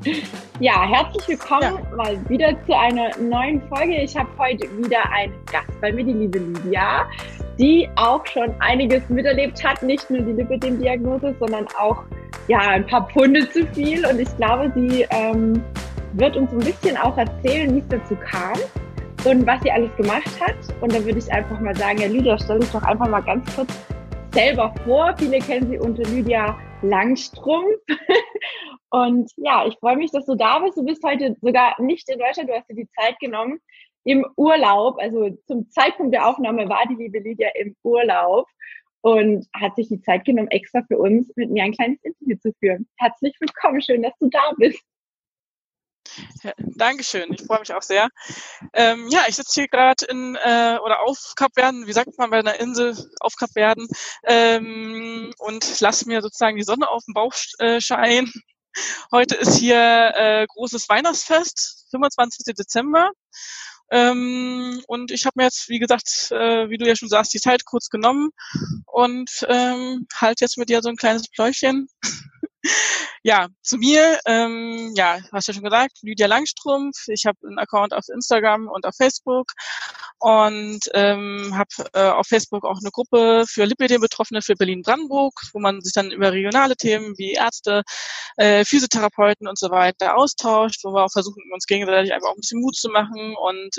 Ja, herzlich Ja, willkommen mal wieder zu einer neuen Folge. Ich habe heute wieder einen Gast bei mir, die liebe Lydia, die auch schon einiges miterlebt hat, nicht nur die Lipödem-Diagnose, sondern auch ja ein paar Pfunde zu viel. Und ich glaube, sie wird uns ein bisschen auch erzählen, wie es dazu kam und was sie alles gemacht hat. Und dann würde ich einfach mal sagen, ja, Lydia, stell dich doch einfach mal ganz kurz selber vor. Viele kennen sie unter Lydia Langstrumpf. Und ja, ich freue mich, dass du da bist. Du bist heute sogar nicht in Deutschland, du hast dir die Zeit genommen im Urlaub. Also zum Zeitpunkt der Aufnahme war die liebe Lydia im Urlaub und hat sich die Zeit genommen, extra für uns mit mir ein kleines Interview zu führen. Herzlich willkommen, schön, dass du da bist. ja, Dankeschön. Ich freue mich auch sehr. Ja, ich sitze hier gerade oder auf Kapverden, wie sagt man bei einer Insel auf Kapverden, und lasse mir sozusagen die Sonne auf den Bauch scheinen. Heute ist hier großes Weihnachtsfest, 25. Dezember. Und ich habe mir jetzt, wie gesagt, wie du ja schon sagst, die Zeit kurz genommen und halt jetzt mit dir so ein kleines Pläuchchen. Ja, zu mir, ja, hast du ja schon gesagt, Lydia Langstrumpf. Ich habe einen Account auf Instagram und auf Facebook und habe auf Facebook auch eine Gruppe für Lipödem-Betroffene für Berlin-Brandenburg, wo man sich dann über regionale Themen wie Ärzte, Physiotherapeuten und so weiter austauscht, wo wir auch versuchen, uns gegenseitig einfach auch ein bisschen Mut zu machen und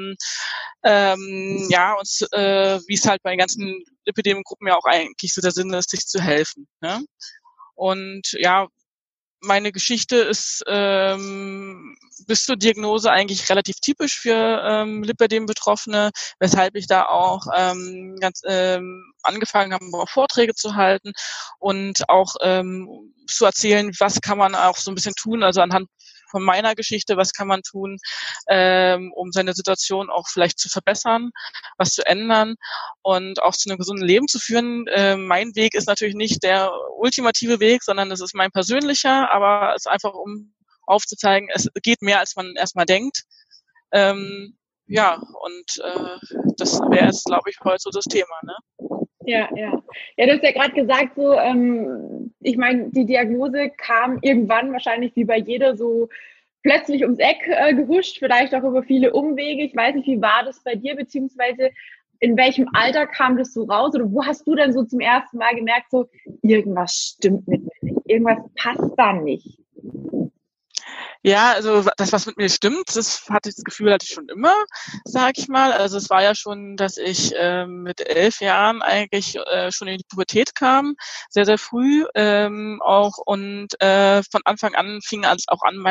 ja, uns, wie es halt bei den ganzen Lipödem-Gruppen ja auch eigentlich so der Sinn ist, sich zu helfen. Ne? Und ja, meine Geschichte ist bis zur Diagnose eigentlich relativ typisch für Lipödem-Betroffene, weshalb ich da auch ganz angefangen habe, auch Vorträge zu halten und auch zu erzählen, was kann man auch so ein bisschen tun, also anhand von meiner Geschichte, was kann man tun, um seine Situation auch vielleicht zu verbessern, was zu ändern und auch zu einem gesunden Leben zu führen. Mein Weg ist natürlich nicht der ultimative Weg, sondern es ist mein persönlicher, aber es ist einfach, um aufzuzeigen, es geht mehr, als man erstmal denkt. Ja, und das wäre jetzt, glaube ich, heute so das Thema. Ne? Ja, ja. Ja, du hast ja gerade gesagt, so, ich meine, die Diagnose kam irgendwann wahrscheinlich wie bei jeder so plötzlich ums Eck gehuscht, vielleicht auch über viele Umwege. Ich weiß nicht, wie war das bei dir, beziehungsweise in welchem Alter kam das so raus? Oder wo hast du denn so zum ersten Mal gemerkt, so, irgendwas stimmt mit mir nicht, irgendwas passt da nicht? Ja, also das, was mit mir stimmt, das Gefühl hatte ich schon immer, sag ich mal. Also es war ja schon, dass ich mit 11 Jahren eigentlich schon in die Pubertät kam, sehr, sehr früh auch und von Anfang an fing es auch an,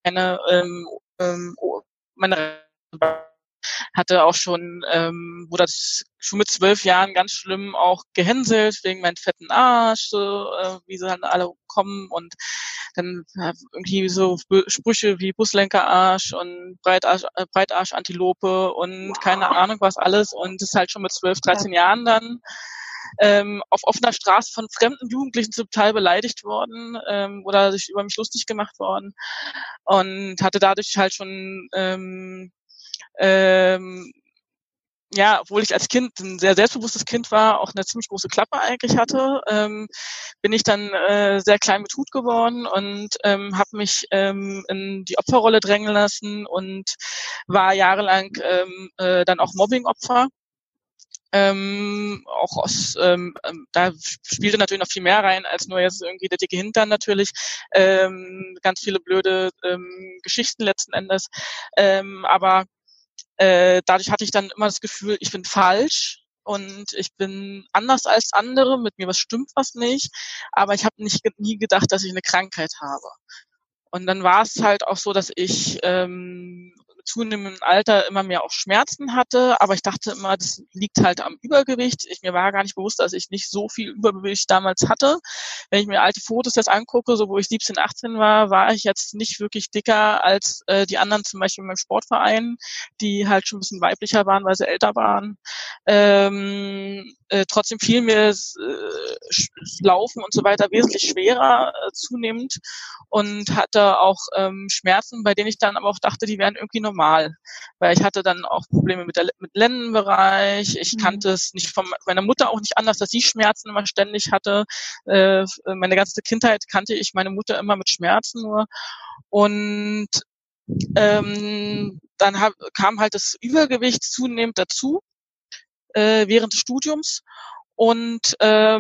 meine hatte auch schon, wurde das schon mit 12 Jahren ganz schlimm auch gehänselt wegen meinem fetten Arsch, so, wie sie dann alle kommen und dann irgendwie so Sprüche wie Buslenkerarsch und Breitarsch-Antilope und keine Wow. Ahnung was alles und das ist halt schon mit 12, 13 Jahren dann auf offener Straße von fremden Jugendlichen zum Teil beleidigt worden oder sich über mich lustig gemacht worden und hatte dadurch halt schon ähm, ja, obwohl ich als Kind ein sehr selbstbewusstes Kind war, auch eine ziemlich große Klappe eigentlich hatte, bin ich dann sehr klein mit Hut geworden und habe mich in die Opferrolle drängen lassen und war jahrelang dann auch Mobbingopfer. Auch da spielte natürlich noch viel mehr rein als nur jetzt irgendwie der dicke Hintern natürlich. Ganz viele blöde Geschichten letzten Endes. Aber dadurch hatte ich dann immer das Gefühl, ich bin falsch und ich bin anders als andere, mit mir stimmt was nicht, aber ich habe nie gedacht, dass ich eine Krankheit habe. Und dann war es halt auch so, dass ich mit zunehmendem Alter immer mehr auch Schmerzen hatte, aber ich dachte immer, das liegt halt am Übergewicht. Mir war gar nicht bewusst, dass ich nicht so viel Übergewicht damals hatte. Wenn ich mir alte Fotos jetzt angucke, so wo ich 17, 18 war, war ich jetzt nicht wirklich dicker als die anderen, zum Beispiel in meinem Sportverein, die halt schon ein bisschen weiblicher waren, weil sie älter waren. Trotzdem fiel mir Laufen und so weiter wesentlich schwerer zunehmend und hatte auch Schmerzen, bei denen ich dann aber auch dachte, die wären irgendwie normal, weil ich hatte dann auch Probleme mit Lendenbereich. Ich kannte es nicht von meiner Mutter auch nicht anders, dass sie Schmerzen immer ständig hatte. Meine ganze Kindheit kannte ich meine Mutter immer mit Schmerzen nur. Und kam halt das Übergewicht zunehmend dazu während des Studiums und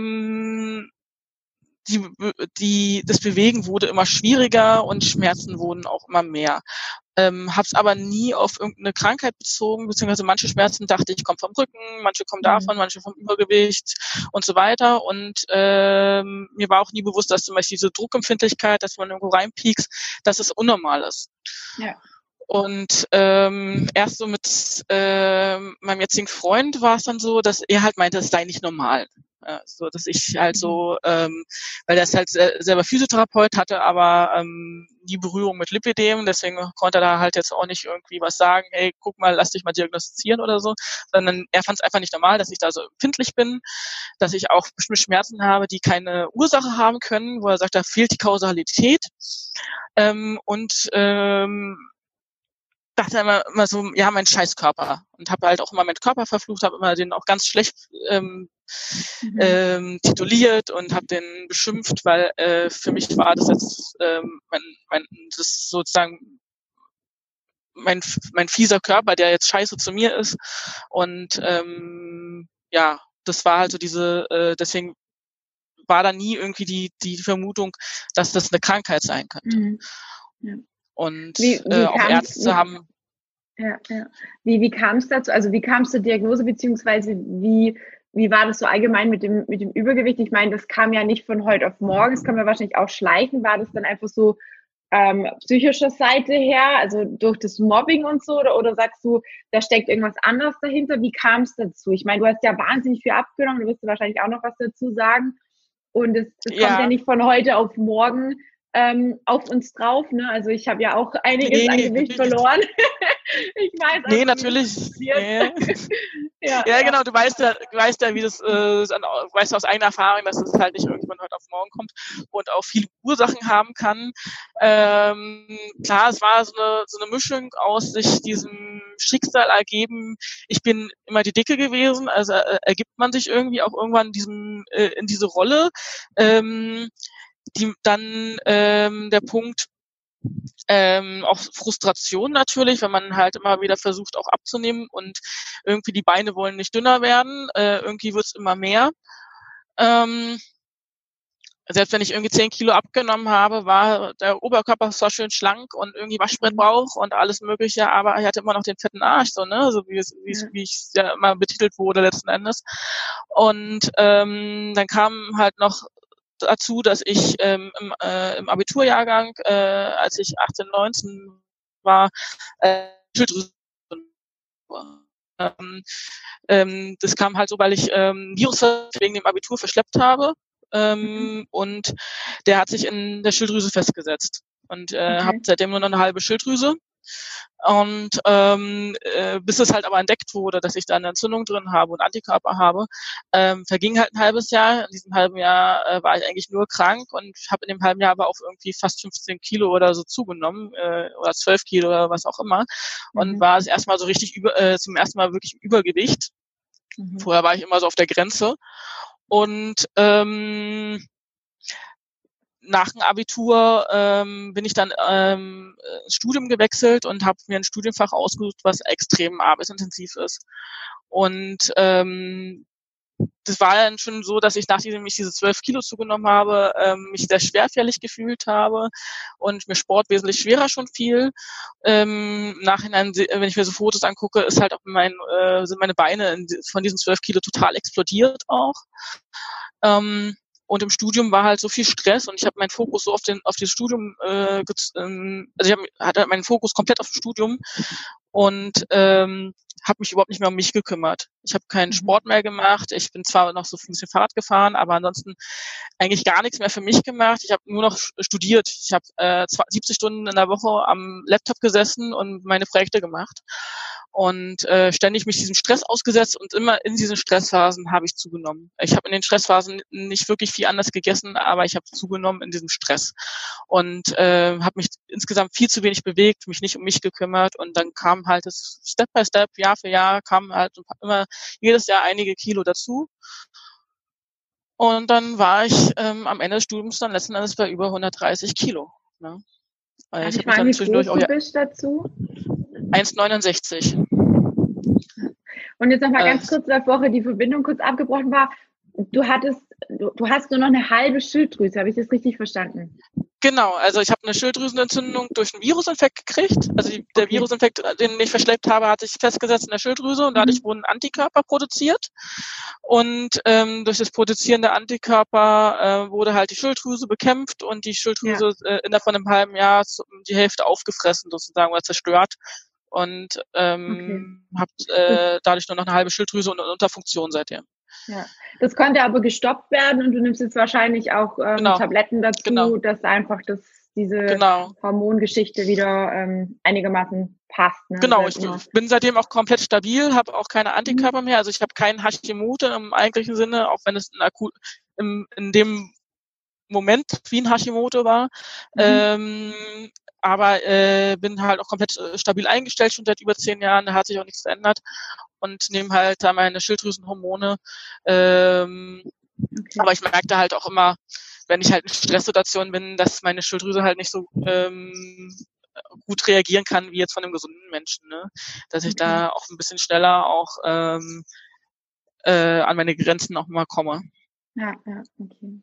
das Bewegen wurde immer schwieriger und Schmerzen wurden auch immer mehr. Hab's aber nie auf irgendeine Krankheit bezogen, beziehungsweise manche Schmerzen dachte ich, kommen vom Rücken, manche kommen davon, manche vom Übergewicht und so weiter. Und mir war auch nie bewusst, dass zum Beispiel diese Druckempfindlichkeit, dass man irgendwo reinpiekst, dass es unnormal ist. Ja. Und erst so mit meinem jetzigen Freund war es dann so, dass er halt meinte, es sei nicht normal. So, dass ich halt so, weil er ist halt selber Physiotherapeut, hatte aber nie Berührung mit Lipödem, deswegen konnte er da halt jetzt auch nicht irgendwie was sagen, hey, guck mal, lass dich mal diagnostizieren oder so, sondern er fand es einfach nicht normal, dass ich da so empfindlich bin, dass ich auch bestimmte Schmerzen habe, die keine Ursache haben können, wo er sagt, da fehlt die Kausalität. Dachte immer so, ja, mein Scheißkörper. Und habe halt auch immer meinen Körper verflucht, habe immer den auch ganz schlecht tituliert und habe den beschimpft, weil für mich war das jetzt das sozusagen mein fieser Körper, der jetzt scheiße zu mir ist. Und ja, das war halt so deswegen war da nie irgendwie die Vermutung, dass das eine Krankheit sein könnte. Ja. Und auch Ärzte haben... Ja. Wie kam es dazu? Also wie kam es zur Diagnose, beziehungsweise wie war das so allgemein mit dem Übergewicht? Ich meine, das kam ja nicht von heute auf morgen, das kann man wahrscheinlich auch schleichen. War das dann einfach so psychischer Seite her, also durch das Mobbing und so, oder sagst du, da steckt irgendwas anderes dahinter? Wie kam es dazu? Ich meine, du hast ja wahnsinnig viel abgenommen, du wirst wahrscheinlich auch noch was dazu sagen. Und es kommt ja nicht von heute auf morgen auf uns drauf, ne? Also ich habe ja auch einiges an Gewicht verloren. Ich weiß auch, natürlich. Ja, genau, du weißt ja, wie das weißt du aus eigener Erfahrung, dass es halt nicht irgendwann heute auf morgen kommt und auch viele Ursachen haben kann. Klar, es war so eine Mischung aus sich diesem Schicksal ergeben. Ich bin immer die Dicke gewesen, also ergibt man sich irgendwie auch irgendwann in diese Rolle. Der Punkt, auch Frustration natürlich, wenn man halt immer wieder versucht auch abzunehmen und irgendwie die Beine wollen nicht dünner werden, irgendwie wird's immer mehr. Selbst wenn ich irgendwie 10 Kilo abgenommen habe, war der Oberkörper zwar schön schlank und irgendwie Waschbrettbauch und alles Mögliche, aber ich hatte immer noch den fetten Arsch, so, ne, so wie ich ja immer betitelt wurde letzten Endes. Und dann kam halt noch dazu, dass ich im Abiturjahrgang, als ich 18, 19 war, Schilddrüse das kam halt so, weil ich Virus wegen dem Abitur verschleppt habe und der hat sich in der Schilddrüse festgesetzt und habe seitdem nur noch eine halbe Schilddrüse. Und bis es halt aber entdeckt wurde, dass ich da eine Entzündung drin habe und Antikörper habe, verging halt ein halbes Jahr. In diesem halben Jahr war ich eigentlich nur krank und habe in dem halben Jahr aber auch irgendwie fast 15 Kilo oder so zugenommen oder 12 Kilo oder was auch immer und war das erstmal so richtig zum ersten Mal wirklich im Übergewicht. Vorher war ich immer so auf der Grenze und nach dem Abitur bin ich dann ins Studium gewechselt und habe mir ein Studienfach ausgesucht, was extrem arbeitsintensiv ist. Und das war dann schon so, dass ich nachdem ich diese 12 Kilo zugenommen habe, mich sehr schwerfällig gefühlt habe und mir Sport wesentlich schwerer schon fiel. Im Nachhinein, wenn ich mir so Fotos angucke, ist halt auch sind meine Beine von diesen 12 Kilo total explodiert auch. Und im Studium war halt so viel Stress und ich habe meinen Fokus so auf das Studium, also ich hatte meinen Fokus komplett auf das Studium und habe mich überhaupt nicht mehr um mich gekümmert. Ich habe keinen Sport mehr gemacht. Ich bin zwar noch so ein bisschen Fahrrad gefahren, aber ansonsten eigentlich gar nichts mehr für mich gemacht. Ich habe nur noch studiert. Ich habe 70 Stunden in der Woche am Laptop gesessen und meine Projekte gemacht. und ständig mich diesem Stress ausgesetzt und immer in diesen Stressphasen habe ich zugenommen. Ich habe in den Stressphasen nicht wirklich viel anders gegessen, aber ich habe zugenommen in diesem Stress und habe mich insgesamt viel zu wenig bewegt, mich nicht um mich gekümmert und dann kam halt das Step by Step, Jahr für Jahr, kam halt immer jedes Jahr einige Kilo dazu. Und dann war ich am Ende des Studiums dann letzten Endes bei über 130 Kilo. Ne? Darf Ich ich habe mich fragen, dann wie zwischendurch groß auch du bist dazu? 1,69. Und jetzt nochmal ganz kurz, weil vorher die Verbindung kurz abgebrochen war. Du hast nur noch eine halbe Schilddrüse, habe ich das richtig verstanden? Genau, also ich habe eine Schilddrüsenentzündung durch einen Virusinfekt gekriegt. Also der Virusinfekt, den ich verschleppt habe, hat sich festgesetzt in der Schilddrüse und dadurch wurden Antikörper produziert. Und durch das Produzieren der Antikörper wurde halt die Schilddrüse bekämpft und die Schilddrüse innerhalb von einem halben Jahr die Hälfte aufgefressen sozusagen oder zerstört. Und habe dadurch nur noch eine halbe Schilddrüse und eine Unterfunktion seitdem. Ja, das konnte aber gestoppt werden und du nimmst jetzt wahrscheinlich auch Tabletten dazu, dass einfach diese Hormongeschichte wieder einigermaßen passt. Ne? Genau, ich bin seitdem auch komplett stabil, habe auch keine Antikörper mehr, also ich habe keinen Hashimoto im eigentlichen Sinne, auch wenn es in dem Moment wie ein Hashimoto war. Aber bin halt auch komplett stabil eingestellt, schon seit über 10 Jahren, da hat sich auch nichts verändert und nehme halt da meine Schilddrüsenhormone. Aber ich merkte halt auch immer, wenn ich halt in Stresssituationen bin, dass meine Schilddrüse halt nicht so gut reagieren kann wie jetzt von einem gesunden Menschen, ne? Dass ich da auch ein bisschen schneller auch an meine Grenzen auch mal komme. Ja, okay.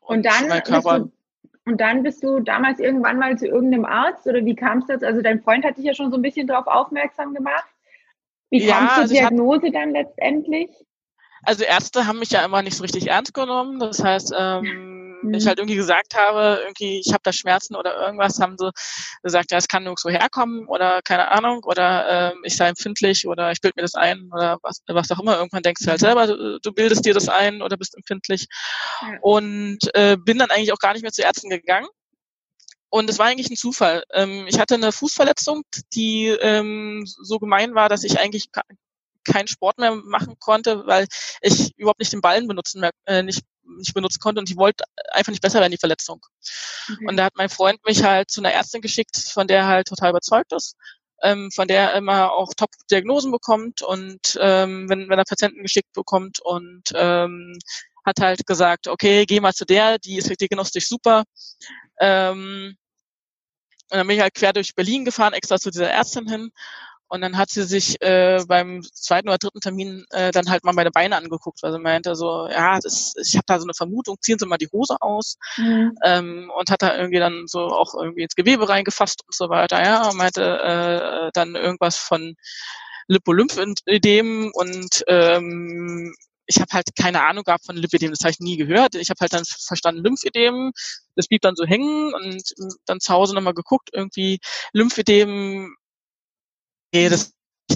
Und dann bist du damals irgendwann mal zu irgendeinem Arzt oder wie kam es das? Also dein Freund hat dich ja schon so ein bisschen darauf aufmerksam gemacht. Wie kam es zur Diagnose dann letztendlich? Also Ärzte haben mich ja immer nicht so richtig ernst genommen. Das heißt, wenn ich halt irgendwie gesagt habe, ich habe da Schmerzen oder irgendwas, haben sie gesagt, ja, es kann nirgendwo herkommen oder keine Ahnung oder ich sei empfindlich oder ich bilde mir das ein oder was auch immer. Irgendwann denkst du halt selber, du bildest dir das ein oder bist empfindlich. Ja. Und bin dann eigentlich auch gar nicht mehr zu Ärzten gegangen. Und es war eigentlich ein Zufall. Ich hatte eine Fußverletzung, die so gemein war, dass ich eigentlich keinen Sport mehr machen konnte, weil ich überhaupt nicht den Ballen nicht benutzen konnte und die wollte einfach nicht besser werden, die Verletzung. Und da hat mein Freund mich halt zu einer Ärztin geschickt, von der er halt total überzeugt ist, von der er immer auch Top-Diagnosen bekommt und wenn er Patienten geschickt bekommt und hat halt gesagt, okay, geh mal zu der, die ist diagnostisch super. Und dann bin ich halt quer durch Berlin gefahren, extra zu dieser Ärztin hin. Und dann hat sie sich beim 2. oder 3. Termin dann halt mal meine Beine angeguckt, weil sie meinte so, ja, ich habe da so eine Vermutung, ziehen Sie mal die Hose aus. Und hat da irgendwie dann so auch irgendwie ins Gewebe reingefasst und so weiter, ja, und meinte dann irgendwas von Lipolymphödem und ich habe halt keine Ahnung gehabt von Lipödem, das habe ich nie gehört. Ich habe halt dann verstanden Lymphödem, das blieb dann so hängen und dann zu Hause nochmal geguckt, irgendwie Lymphödem, das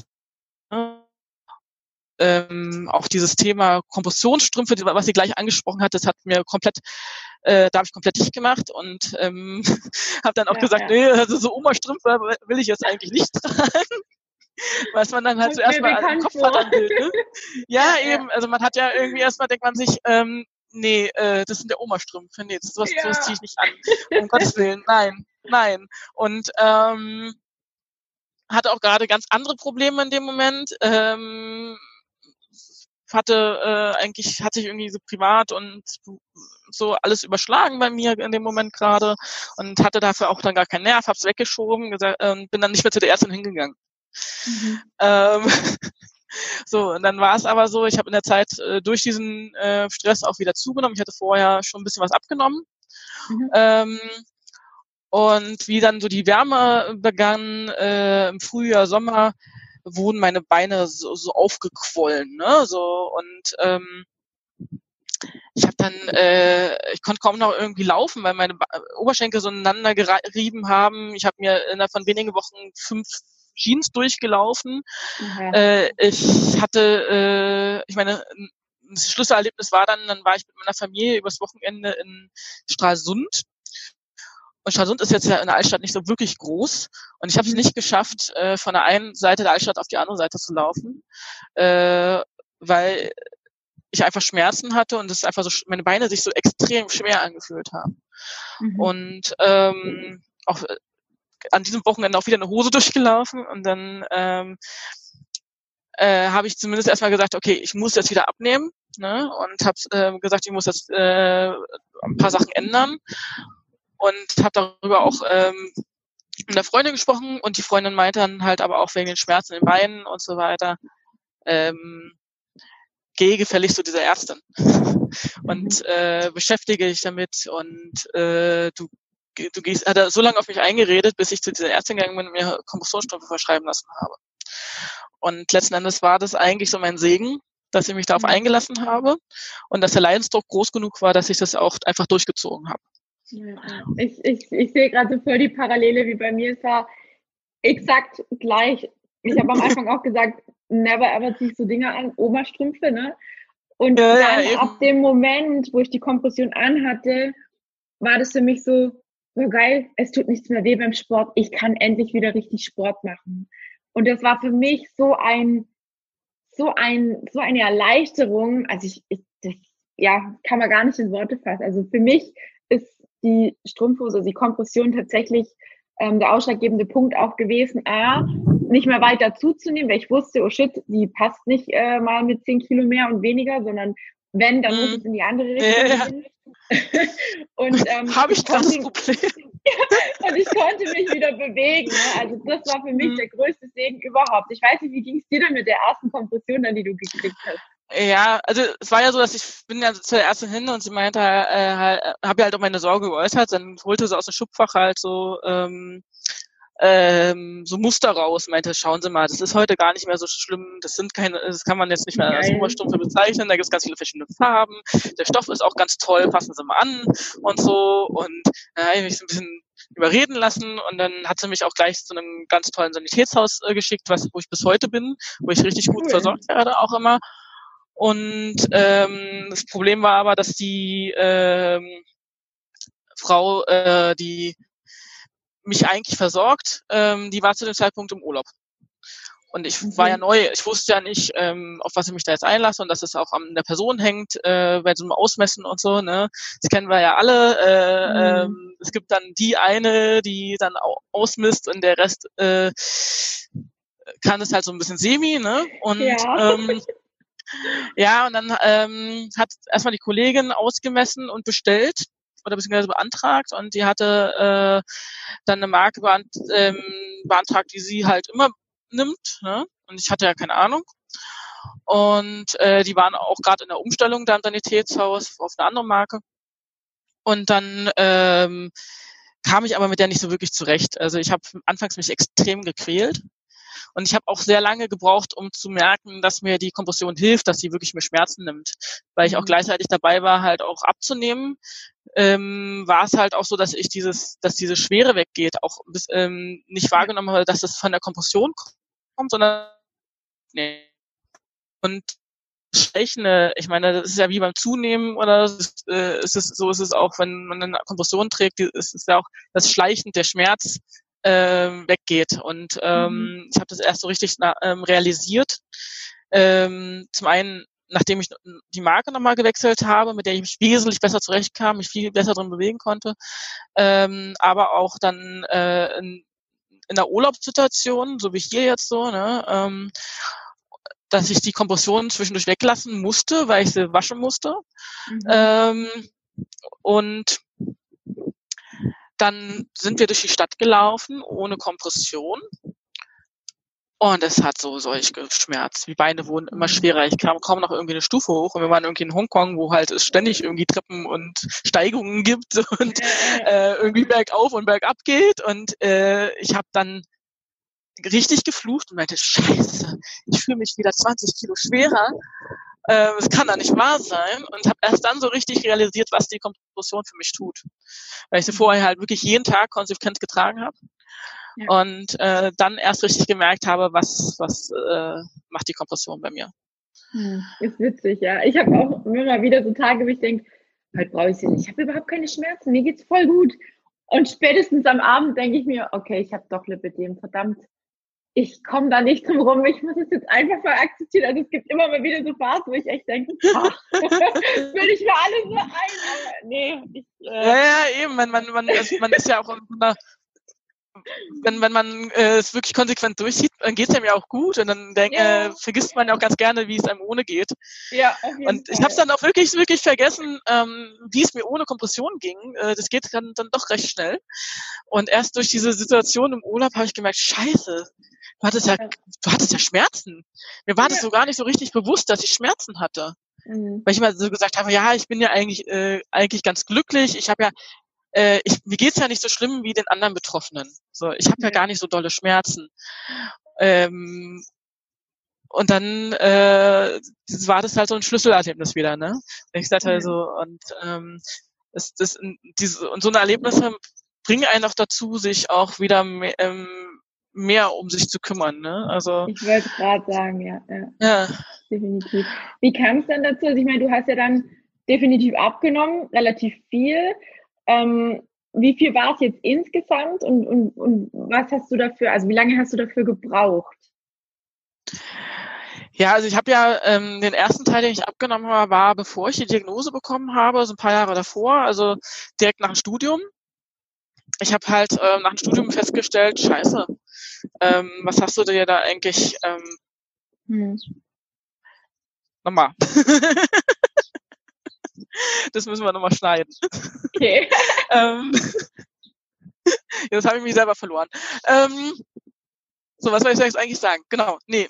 auch dieses Thema Kompressionsstrümpfe, was sie gleich angesprochen hat, das hat mir komplett, da habe ich komplett dicht gemacht und habe dann auch gesagt, nee, also so Oma-Strümpfe will ich jetzt eigentlich nicht tragen. Was man dann halt so erstmal im Kopf hat am Bild, ne? Ja, eben, also man hat ja irgendwie erstmal, denkt man sich, nee, das sind ja Oma-Strümpfe, nee, sowas ziehe ich nicht an. Um Gottes Willen, nein. Und hatte auch gerade ganz andere Probleme in dem Moment. Hat sich irgendwie so privat und so alles überschlagen bei mir in dem Moment gerade und hatte dafür auch dann gar keinen Nerv, hab's weggeschoben, bin dann nicht mehr zu der Ärztin hingegangen. So, und dann war es aber so, ich habe in der Zeit durch diesen Stress auch wieder zugenommen. Ich hatte vorher schon ein bisschen was abgenommen. Und wie dann so die Wärme begann, im Frühjahr, Sommer, wurden meine Beine so aufgequollen, ne? So und ich habe dann, ich konnte kaum noch irgendwie laufen, weil meine Oberschenkel so ineinander gerieben haben. Ich habe mir innerhalb von wenigen Wochen 5 Jeans durchgelaufen. Ich hatte, ich meine, das Schlüsselerlebnis war dann war ich mit meiner Familie übers Wochenende in Stralsund. Und Stralsund ist jetzt ja in der Altstadt nicht so wirklich groß. Und ich habe es nicht geschafft, von der einen Seite der Altstadt auf die andere Seite zu laufen, weil ich einfach Schmerzen hatte und es einfach so meine Beine sich so extrem schwer angefühlt haben. Und auch an diesem Wochenende auch wieder eine Hose durchgelaufen und dann habe ich zumindest erstmal gesagt, okay, ich muss jetzt wieder abnehmen, ne? Und habe gesagt, ich muss jetzt ein paar Sachen ändern und habe darüber auch mit der Freundin gesprochen und die Freundin meinte dann halt aber auch wegen den Schmerzen in den Beinen und so weiter, geh gefälligst zu dieser Ärztin und beschäftige dich damit und du gehst, hat er so lange auf mich eingeredet, bis ich zu dieser Ärztin gegangen bin und mir Kompressionsstrümpfe verschreiben lassen habe. Und letzten Endes war das eigentlich so mein Segen, dass ich mich darauf eingelassen habe und dass der Leidensdruck groß genug war, dass ich das auch einfach durchgezogen habe. Ja, ich sehe gerade so voll die Parallele wie bei mir. Es war exakt gleich. Ich habe am Anfang auch gesagt, never ever zieh ich so Dinge an, Oma-Strümpfe, ne? Und dann ab dem Moment, wo ich die Kompression anhatte, war das für mich so geil, es tut nichts mehr weh beim Sport, ich kann endlich wieder richtig Sport machen. Und das war für mich so eine Erleichterung, also das kann man gar nicht in Worte fassen. Also für mich ist die Strumpfhose, also die Kompression tatsächlich der ausschlaggebende Punkt auch gewesen, nicht mehr weiter zuzunehmen, weil ich wusste, oh shit, die passt nicht mal mit 10 Kilo mehr und weniger, sondern wenn, dann muss es in die andere Richtung gehen. Und habe ich das Problem. und ich konnte mich wieder bewegen. Ne? Also das war für mich der größte Segen überhaupt. Ich weiß nicht, wie ging es dir denn mit der ersten Kompression, dann, die du gekriegt hast? Ja, also es war ja so, dass ich bin ja zur Ärztin hin und sie meinte, habe ja halt auch meine Sorge geäußert, dann holte sie aus dem Schubfach halt so Muster raus, meinte, schauen Sie mal, das ist heute gar nicht mehr so schlimm, das kann man jetzt nicht mehr als Oberstumpfe bezeichnen, da gibt es ganz viele verschiedene Farben, der Stoff ist auch ganz toll, passen Sie mal an und so und habe ich mich so ein bisschen überreden lassen und dann hat sie mich auch gleich zu einem ganz tollen Sanitätshaus geschickt, wo ich bis heute bin, wo ich richtig gut versorgt werde auch immer. Und das Problem war aber, dass die Frau, die mich eigentlich versorgt, die war zu dem Zeitpunkt im Urlaub. Und ich war ja neu, ich wusste ja nicht, auf was ich mich da jetzt einlasse und dass es auch an der Person hängt, bei so einem Ausmessen und so, ne. Das kennen wir ja alle. Es gibt dann die eine, die dann ausmisst und der Rest kann es halt so ein bisschen semi, ne. Und ja, und dann hat erstmal die Kollegin ausgemessen und bestellt oder beziehungsweise beantragt und die hatte dann eine Marke beantragt, die sie halt immer nimmt, ne? Und ich hatte ja keine Ahnung. Und die waren auch gerade in der Umstellung da im Sanitätshaus auf eine andere Marke. Und dann kam ich aber mit der nicht so wirklich zurecht. Also ich habe anfangs mich extrem gequält. Und ich habe auch sehr lange gebraucht, um zu merken, dass mir die Kompression hilft, dass sie wirklich mir Schmerzen nimmt. Weil ich auch gleichzeitig dabei war, halt auch abzunehmen, war es halt auch so, dass diese Schwere weggeht, auch nicht wahrgenommen habe, dass es von der Kompression kommt, sondern nee. Und ich meine, das ist ja wie beim Zunehmen oder ist es auch, wenn man eine Kompression trägt, ist es ja auch, dass schleichend der Schmerz weggeht. Und ich habe das erst so richtig realisiert. Zum einen, nachdem ich die Marke nochmal gewechselt habe, mit der ich mich wesentlich besser zurechtkam, mich viel besser drin bewegen konnte, aber auch dann in der Urlaubssituation, so wie hier jetzt so, ne, dass ich die Kompression zwischendurch weglassen musste, weil ich sie waschen musste. Und dann sind wir durch die Stadt gelaufen, ohne Kompression. Und es hat solch geschmerzt. Die Beine wurden immer schwerer. Ich kam kaum noch irgendwie eine Stufe hoch. Und wir waren irgendwie in Hongkong, wo halt es ständig irgendwie Treppen und Steigungen gibt und irgendwie bergauf und bergab geht. Und ich habe dann richtig geflucht und meinte, Scheiße, ich fühle mich wieder 20 Kilo schwerer. Das kann doch nicht wahr sein. Und habe erst dann so richtig realisiert, was die Kompression für mich tut. Weil ich sie vorher halt wirklich jeden Tag konsequent getragen habe. Ja. Und dann erst richtig gemerkt habe, was macht die Kompression bei mir. Ist witzig, ja. Ich habe auch immer mal wieder so Tage, wo ich denke, heute brauche ich sie nicht. Ich habe überhaupt keine Schmerzen, mir geht's voll gut. Und spätestens am Abend denke ich mir, okay, ich habe doch Lipödem, verdammt. Ich komme da nicht drum rum, ich muss es jetzt einfach mal akzeptieren. Also es gibt immer mal wieder so Phasen, wo ich echt denke, ach, will ich mir alles so ein, aber nee. Ja, eben, man ist ja auch in einer, wenn man es wirklich konsequent durchzieht, dann geht es einem ja auch gut und dann vergisst man ja auch ganz gerne, wie es einem ohne geht. Ja, auf jeden und Fall. Ich habe es dann auch wirklich vergessen, wie es mir ohne Kompression ging. Das geht dann doch recht schnell. Und erst durch diese Situation im Urlaub habe ich gemerkt, scheiße, du hattest ja Schmerzen. Mir war das so gar nicht so richtig bewusst, dass ich Schmerzen hatte. Weil ich immer so gesagt habe, ja, ich bin ja eigentlich ganz glücklich. Ich habe ja mir geht's ja nicht so schlimm wie den anderen Betroffenen. So, ich habe ja gar nicht so dolle Schmerzen. Und dann war das halt so ein Schlüsselerlebnis wieder, ne? Und ich sagte also, und so eine Erlebnisse bringen einen auch dazu, sich auch wieder mehr um sich zu kümmern, ne? Also ich wollte gerade sagen, ja. Definitiv. Wie kam es dann dazu? Also ich meine, du hast ja dann definitiv abgenommen, relativ viel. Wie viel war es jetzt insgesamt und was hast du dafür, also wie lange hast du dafür gebraucht? Ja, also ich habe ja den ersten Teil, den ich abgenommen habe, war bevor ich die Diagnose bekommen habe, so ein paar Jahre davor, also direkt nach dem Studium. Ich habe halt nach dem Studium festgestellt, scheiße, was hast du dir da eigentlich nochmal. Das müssen wir nochmal schneiden. Okay. Jetzt habe ich mich selber verloren. So, was soll ich jetzt eigentlich sagen? Genau, nee.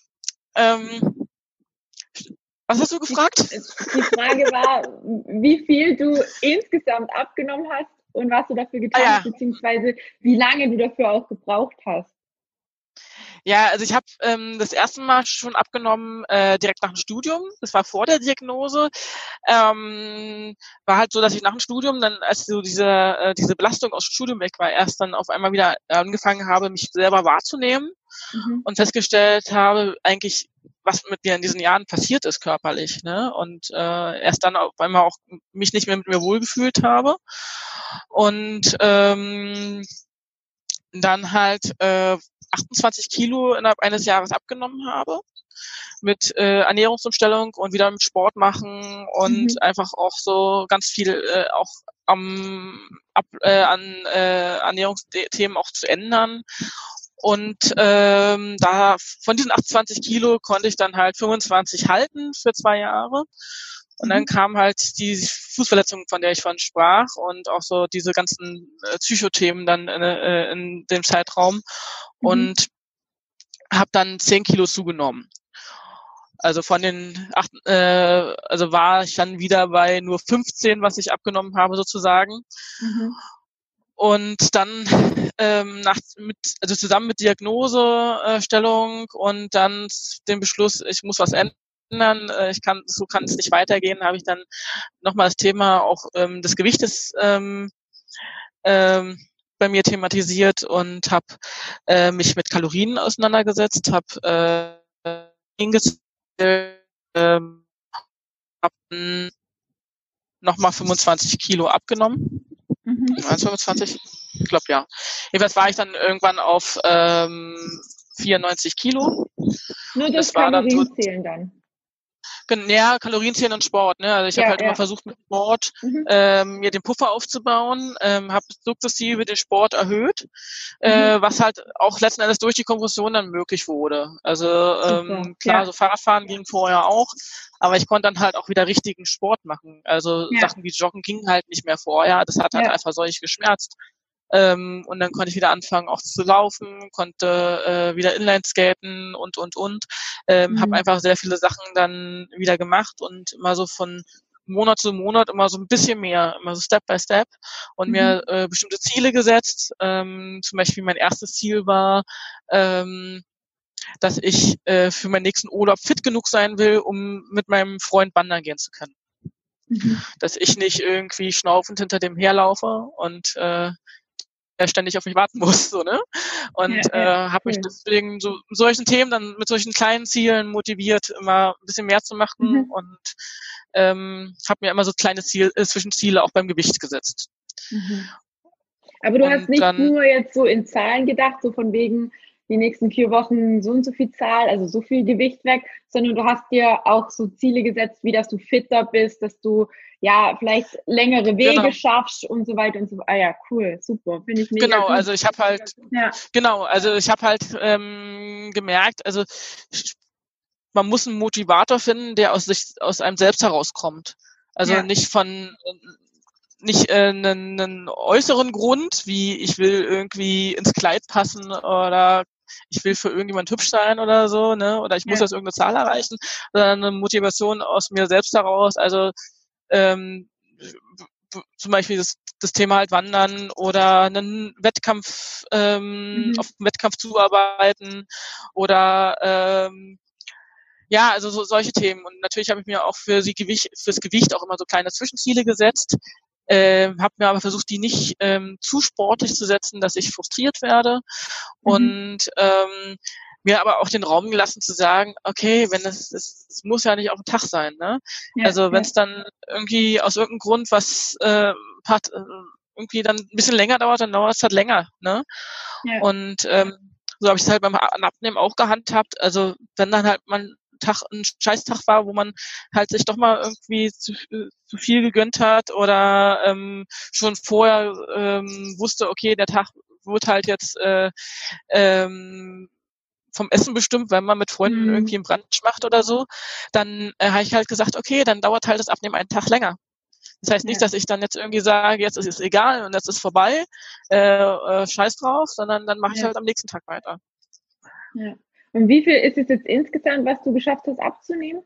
Was hast du gefragt? Die Frage war, wie viel du insgesamt abgenommen hast und was du dafür getan hast, beziehungsweise wie lange du dafür auch gebraucht hast. Ja, also ich habe das erste Mal schon abgenommen direkt nach dem Studium. Das war vor der Diagnose. War halt so, dass ich nach dem Studium dann, als so diese Belastung aus dem Studium weg war, erst dann auf einmal wieder angefangen habe, mich selber wahrzunehmen und festgestellt habe, eigentlich, was mit mir in diesen Jahren passiert ist körperlich, ne? Und erst dann auf einmal auch mich nicht mehr mit mir wohlgefühlt habe. Und dann halt 28 Kilo innerhalb eines Jahres abgenommen habe mit Ernährungsumstellung und wieder mit Sport machen und einfach auch so ganz viel auch an Ernährungsthemen auch zu ändern. Und da von diesen 28 Kilo konnte ich dann halt 25 halten für 2 Jahre. Und dann kam halt die Fußverletzung, von der ich vorhin sprach, und auch so diese ganzen Psychothemen dann in dem Zeitraum. Und habe dann 10 Kilo zugenommen. Also von den also war ich dann wieder bei nur 15, was ich abgenommen habe sozusagen. Und dann zusammen mit Diagnosestellung und dann den Beschluss, ich muss was ändern, so kann es nicht weitergehen, habe ich dann nochmal das Thema auch des Gewichtes bei mir thematisiert und habe mich mit Kalorien auseinandergesetzt, habe habe nochmal 25 Kilo abgenommen. 25? Ich glaube, ja. Jedenfalls war ich dann irgendwann auf 94 Kilo. Nur das Kalorienzählen dann. Ja, Kalorienzählen und Sport. Ne? Also ich habe halt immer versucht, mit Sport mir den Puffer aufzubauen, habe sukzessive den Sport erhöht, was halt auch letzten Endes durch die Kompression dann möglich wurde. Also klar, so Fahrradfahren ging vorher auch, aber ich konnte dann halt auch wieder richtigen Sport machen. Also Sachen wie Joggen gingen halt nicht mehr vorher. Das hat halt einfach solch geschmerzt. Und dann konnte ich wieder anfangen, auch zu laufen, konnte wieder Inlineskaten und. Habe einfach sehr viele Sachen dann wieder gemacht und immer so von Monat zu Monat immer so ein bisschen mehr, immer so Step by Step und mir bestimmte Ziele gesetzt. Zum Beispiel mein erstes Ziel war, dass ich für meinen nächsten Urlaub fit genug sein will, um mit meinem Freund wandern gehen zu können. Dass ich nicht irgendwie schnaufend hinter dem herlaufe und er ständig auf mich warten muss, so, ne? Und habe mich deswegen so solchen Themen dann mit solchen kleinen Zielen motiviert, immer ein bisschen mehr zu machen und habe mir immer so kleine Zwischenziele auch beim Gewicht gesetzt. Aber du hast Und nicht dann, nur jetzt so in Zahlen gedacht, so von wegen die nächsten 4 Wochen so und so viel Zahl, also so viel Gewicht weg, sondern du hast dir auch so Ziele gesetzt, wie dass du fitter bist, dass du ja vielleicht längere Wege genau, schaffst und so weiter und so. Ah ja, cool, super, finde ich mega genau, gut. also ich habe halt, Ja, gemerkt, also man muss einen Motivator finden, der aus einem selbst herauskommt. Also ja, nicht einen äußeren Grund, wie ich will irgendwie ins Kleid passen oder ich will für irgendjemand hübsch sein oder so, ne? Oder ich muss ja. jetzt irgendeine Zahl erreichen, sondern eine Motivation aus mir selbst heraus. Also ähm, zum Beispiel das Thema halt Wandern oder einen Wettkampf, Mhm. auf einen Wettkampf zuarbeiten oder ja, also solche Themen. Und natürlich habe ich mir auch fürs Gewicht auch immer so kleine Zwischenziele gesetzt. Habe mir aber versucht, die nicht zu sportlich zu setzen, dass ich frustriert werde. Mhm. Und mir aber auch den Raum gelassen zu sagen, okay, wenn es muss ja nicht auf den Tag sein, ne? Ja, Also wenn ja, es dann irgendwie aus irgendeinem Grund was irgendwie dann ein bisschen länger dauert, dann dauert es halt länger, ne? ja, Und so habe ich es halt beim Abnehmen auch gehandhabt. Also wenn dann halt mal ein Scheißtag war, wo man halt sich doch mal irgendwie zu viel gegönnt hat oder schon vorher wusste, okay, der Tag wird halt jetzt vom Essen bestimmt, wenn man mit Freunden irgendwie mhm. einen Brunch macht oder so, dann habe ich halt gesagt, okay, dann dauert halt das Abnehmen einen Tag länger. Das heißt nicht, Ja, dass ich dann jetzt irgendwie sage, jetzt ist es egal und jetzt ist vorbei, scheiß drauf, sondern dann mache ich ja, halt am nächsten Tag weiter. ja. Und wie viel ist es jetzt insgesamt, was du geschafft hast abzunehmen?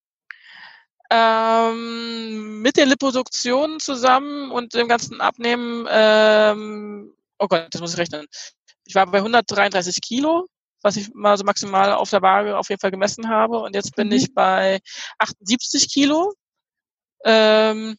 Mit den Liposuktionen zusammen und dem ganzen Abnehmen, oh Gott, das muss ich rechnen. Ich war bei 133 Kilo, was ich mal so maximal auf der Waage auf jeden Fall gemessen habe. Und jetzt bin ich Mhm. bei 78 Kilo. Ähm,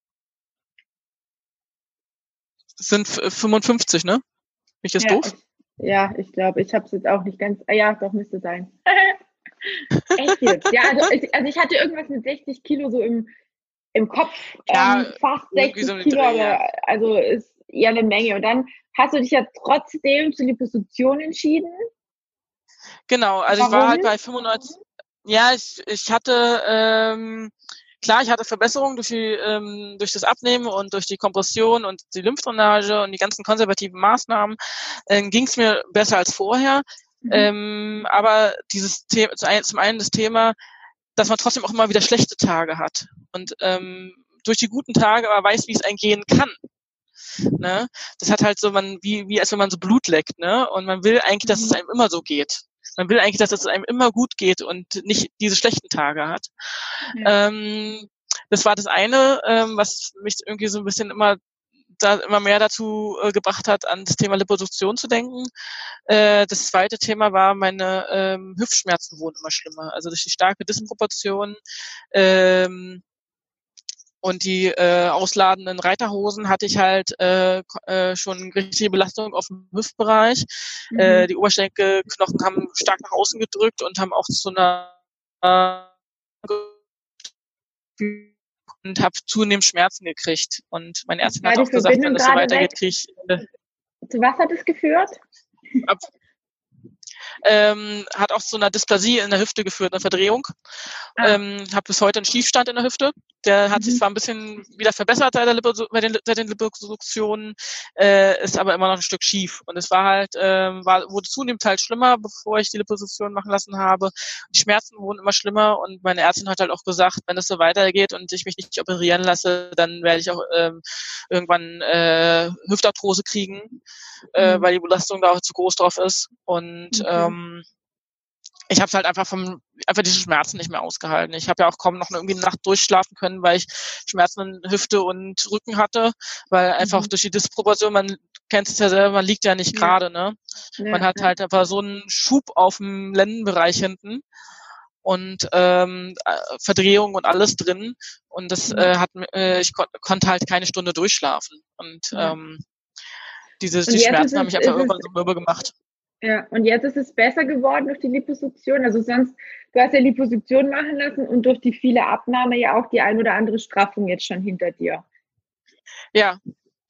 sind 55, ne? Bin ich jetzt Ja, doof? ich glaube, ich habe es jetzt auch nicht ganz. Ah ja, doch, müsste sein. Echt jetzt? Ja, also ich hatte irgendwas mit 60 Kilo so im Kopf, Ja, fast irgendwie so 60 eine Kilo, Dreh, ja. aber also ist eher eine Menge. Und dann hast du dich ja trotzdem zur Liposuktion entschieden. Genau, also ich war Warum? halt bei 95. Ja, ich hatte, klar, ich hatte Verbesserungen durch das Abnehmen und durch die Kompression und die Lymphdrainage und die ganzen konservativen Maßnahmen, ging es mir besser als vorher. Mhm. Aber dieses Thema, zum einen das Thema, dass man trotzdem auch immer wieder schlechte Tage hat und durch die guten Tage aber weiß, wie es einem gehen kann. Ne? Das hat halt so, wie als wenn man so Blut leckt, ne? Und man will eigentlich, dass es Mhm. einem immer so geht. Man will eigentlich, dass es einem immer gut geht und nicht diese schlechten Tage hat. Ja. Ähm, das war das eine, was mich irgendwie so ein bisschen immer mehr dazu gebracht hat, an das Thema Liposuktion zu denken. Das zweite Thema war, meine Hüftschmerzen wurden immer schlimmer. Also durch die starke Disproportion und die ausladenden Reiterhosen hatte ich halt schon richtige Belastung auf dem Hüftbereich. Mhm. Die Oberschenkelknochen haben stark nach außen gedrückt und haben auch zu einer und habe zunehmend Schmerzen gekriegt. Und meine Ärztin War hat die auch gesagt, wenn Verbindung das so gerade weg? weitergeht, kriege ich Zu was hat es geführt? ab, hat auch zu einer Dysplasie in der Hüfte geführt, eine Verdrehung. Ah. Habe bis heute einen Schiefstand in der Hüfte. Der hat sich Mhm. zwar ein bisschen wieder verbessert seit den Liposuktionen, ist aber immer noch ein Stück schief. Und es war halt, wurde zunehmend halt schlimmer, bevor ich die Liposuktion machen lassen habe. Die Schmerzen wurden immer schlimmer und meine Ärztin hat halt auch gesagt, wenn es so weitergeht und ich mich nicht operieren lasse, dann werde ich auch irgendwann Hüftarthrose kriegen, Mhm. weil die Belastung da auch zu groß drauf ist. Und Okay. ich habe halt einfach diese Schmerzen nicht mehr ausgehalten. Ich habe ja auch kaum noch irgendwie eine Nacht durchschlafen können, weil ich Schmerzen in Hüfte und Rücken hatte, weil einfach Mhm. durch die Disproportion, man kennt es ja selber, man liegt ja nicht Ja, gerade, ne? Man ja, hat ja. halt einfach so einen Schub auf dem Lendenbereich hinten und Verdrehung und alles drin und das Mhm. ich konnte halt keine Stunde durchschlafen und Ja. Und die jetzt Schmerzen haben mich einfach irgendwann so mürbe gemacht. ja, und jetzt ist es besser geworden durch die Liposuktion. Also sonst, du hast ja Liposuktion machen lassen und durch die viele Abnahme ja auch die ein oder andere Straffung jetzt schon hinter dir. Ja,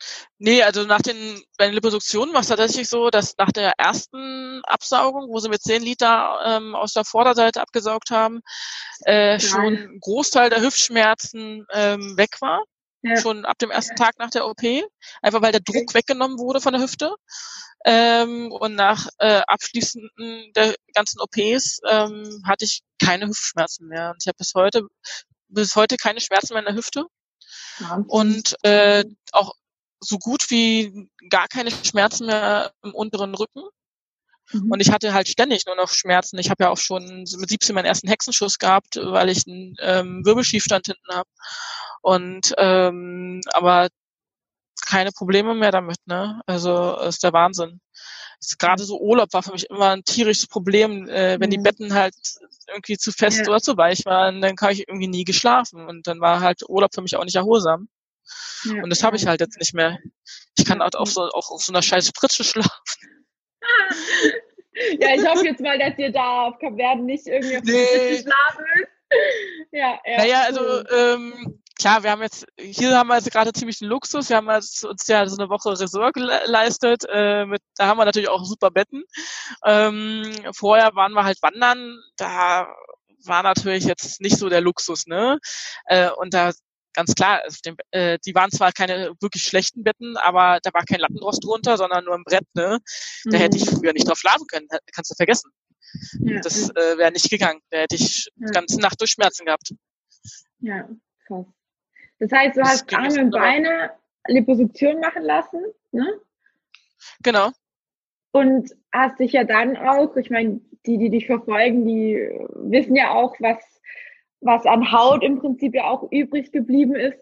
Nee, also bei den Liposuktionen war es tatsächlich so, dass nach der ersten Absaugung, wo sie mit 10 Liter aus der Vorderseite abgesaugt haben, schon ein Großteil der Hüftschmerzen weg war. Ja. Schon ab dem ersten Tag nach der OP. Einfach weil der Druck weggenommen wurde von der Hüfte. Und nach abschließenden der ganzen OPs hatte ich keine Hüftschmerzen mehr. Und ich habe bis heute keine Schmerzen mehr in der Hüfte. Und auch so gut wie gar keine Schmerzen mehr im unteren Rücken. Und ich hatte halt ständig nur noch Schmerzen. Ich habe ja auch schon mit 17 meinen ersten Hexenschuss gehabt, weil ich einen Wirbelschiefstand hinten habe. Und aber keine Probleme mehr damit, ne? Also ist der Wahnsinn. Gerade so Urlaub war für mich immer ein tierisches Problem, wenn die Betten halt irgendwie zu fest oder zu weich waren, dann habe ich irgendwie nie geschlafen. Und dann war halt Urlaub für mich auch nicht erholsam. Und das habe ich halt jetzt nicht mehr. Ich kann halt auch auf so einer scheiß Pritsche schlafen. Ja, ich hoffe jetzt mal, dass ihr da auf Kap Verden nicht irgendwie auf der Pritsche schlafen müsst. Naja, also klar, hier haben wir jetzt gerade ziemlich den Luxus. Wir haben uns ja so eine Woche Resort geleistet. Da haben wir natürlich auch super Betten. Vorher waren wir halt wandern. Da war natürlich jetzt nicht so der Luxus, ne? Und da ganz klar, die waren zwar keine wirklich schlechten Betten, aber da war kein Lattenrost drunter, sondern nur ein Brett, ne? Da hätte ich früher nicht drauf schlafen können. Kannst du vergessen. Das wäre nicht gegangen. Da hätte ich die ganze Nacht durch Schmerzen gehabt. Ja, krass. Das heißt, du hast Arme und Beine Liposuktion machen lassen, ne? Genau. Und hast dich ja dann auch, ich meine, die dich verfolgen, die wissen ja auch, was an Haut im Prinzip ja auch übrig geblieben ist.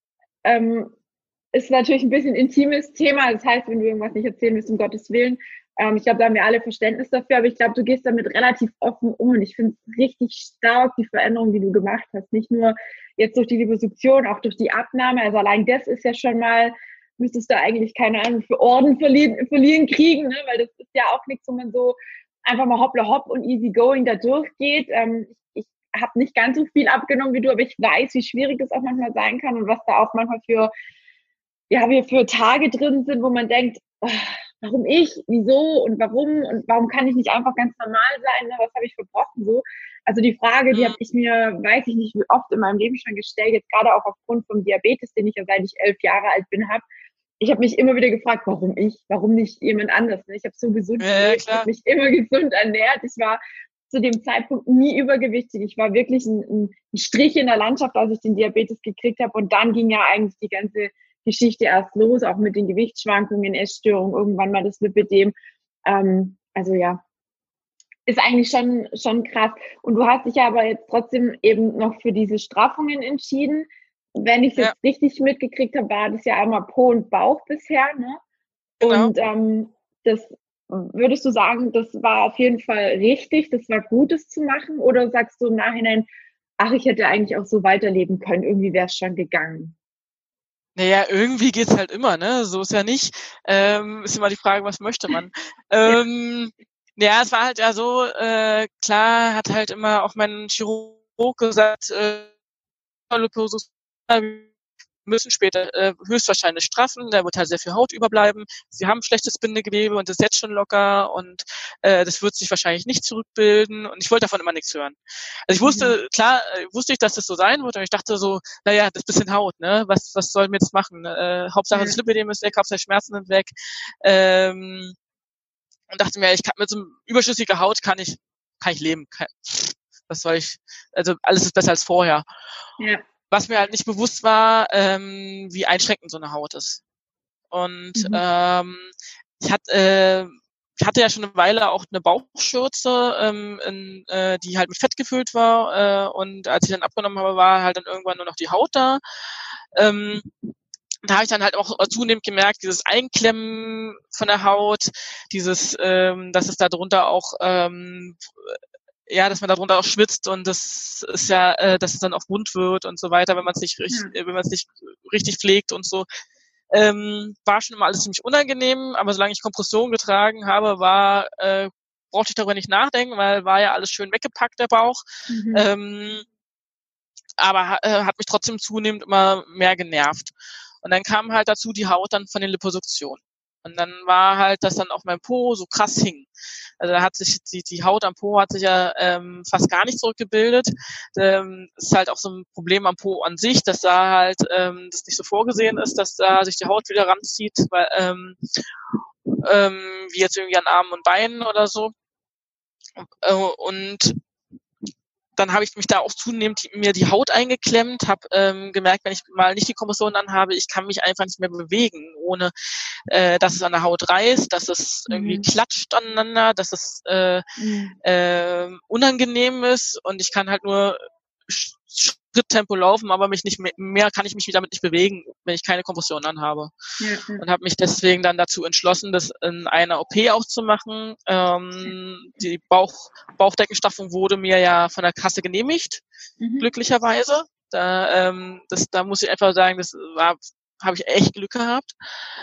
Ist natürlich ein bisschen intimes Thema. Das heißt, wenn du irgendwas nicht erzählen willst, um Gottes Willen, ich glaube, da haben wir alle Verständnis dafür, aber ich glaube, du gehst damit relativ offen um und ich finde es richtig stark, die Veränderung, die du gemacht hast. Nicht nur jetzt durch die Liposuktion, auch durch die Abnahme. Also allein das ist ja schon mal, müsstest du eigentlich, keine Ahnung, für Orden verlieren kriegen, ne? Weil das ist ja auch nichts, wo man so einfach mal hoppla hopp und easy going da durchgeht. Ich habe nicht ganz so viel abgenommen wie du, aber ich weiß, wie schwierig es auch manchmal sein kann und was da auch manchmal für Tage drin sind, wo man denkt, warum ich, wieso und warum kann ich nicht einfach ganz normal sein, ne? Was habe ich verbrochen so? Also die Frage, die habe ich mir, weiß ich nicht, wie oft in meinem Leben schon gestellt, jetzt gerade auch aufgrund vom Diabetes, den ich ja seit ich 11 Jahre alt bin, habe. Ich habe mich immer wieder gefragt, warum nicht jemand anders? Ne? Ich habe so gesund gelebt, ich habe mich immer gesund ernährt. Ich war zu dem Zeitpunkt nie übergewichtig. Ich war wirklich ein Strich in der Landschaft, als ich den Diabetes gekriegt habe. Und dann ging ja eigentlich die ganze Geschichte erst los, auch mit den Gewichtsschwankungen, Essstörungen, irgendwann mal das Lipödem. Also ja, ist eigentlich schon krass. Und du hast dich ja aber jetzt trotzdem eben noch für diese Straffungen entschieden. Wenn ich es jetzt richtig mitgekriegt habe, war das ja einmal Po und Bauch bisher, ne? Genau. Und das würdest du sagen, das war auf jeden Fall richtig, das war gut, das zu machen? Oder sagst du im Nachhinein, ach, ich hätte eigentlich auch so weiterleben können, irgendwie wäre es schon gegangen? Naja, irgendwie geht's halt immer, ne? So ist ja nicht. Ist immer die Frage, was möchte man? Ja, es war halt ja so, klar hat halt immer auch mein Chirurg gesagt, Liposus müssen später höchstwahrscheinlich straffen, da wird halt sehr viel Haut überbleiben. Sie haben schlechtes Bindegewebe und das ist jetzt schon locker und das wird sich wahrscheinlich nicht zurückbilden und ich wollte davon immer nichts hören. Also ich wusste, klar, wusste ich, dass das so sein wird und ich dachte so, naja, das bisschen Haut, ne, was sollen wir jetzt machen? Hauptsache das Lipödem ist weg, Hauptsache Schmerzen sind weg. Und dachte mir, ich kann mit so einem überschüssiger Haut kann ich leben. Was soll ich, also alles ist besser als vorher. Ja. Was mir halt nicht bewusst war, wie einschränkend so eine Haut ist. Und ich hatte ja schon eine Weile auch eine Bauchschürze, die halt mit Fett gefüllt war. Und als ich dann abgenommen habe, war halt dann irgendwann nur noch die Haut da. Da habe ich dann halt auch zunehmend gemerkt, dieses Einklemmen von der Haut, dieses, dass es da drunter auch dass man darunter auch schwitzt und das ist ja, dass es dann auch wund wird und so weiter, wenn man es nicht richtig pflegt und so. War schon immer alles ziemlich unangenehm, aber solange ich Kompression getragen habe, brauchte ich darüber nicht nachdenken, weil war ja alles schön weggepackt, der Bauch. Aber hat mich trotzdem zunehmend immer mehr genervt. Und dann kam halt dazu die Haut dann von den Liposuktionen. Und dann war halt, dass dann auf meinem Po so krass hing. Also da hat sich die Haut am Po hat sich ja fast gar nicht zurückgebildet. Ist halt auch so ein Problem am Po an sich, dass da halt das nicht so vorgesehen ist, dass da sich die Haut wieder ranzieht, weil wie jetzt irgendwie an Armen und Beinen oder so. Und dann habe ich mich da auch zunehmend mir die Haut eingeklemmt, habe gemerkt, wenn ich mal nicht die Kompression anhabe, ich kann mich einfach nicht mehr bewegen, ohne dass es an der Haut reißt, dass es irgendwie klatscht aneinander, dass es unangenehm ist und ich kann halt nur Schritttempo laufen, aber mich nicht mehr kann ich mich damit nicht bewegen, wenn ich keine Kompression anhabe. Ja. Und habe mich deswegen dann dazu entschlossen, das in einer OP auch zu machen. Die Bauchdeckenstraffung wurde mir ja von der Kasse genehmigt, glücklicherweise. Da muss ich einfach sagen, habe ich echt Glück gehabt.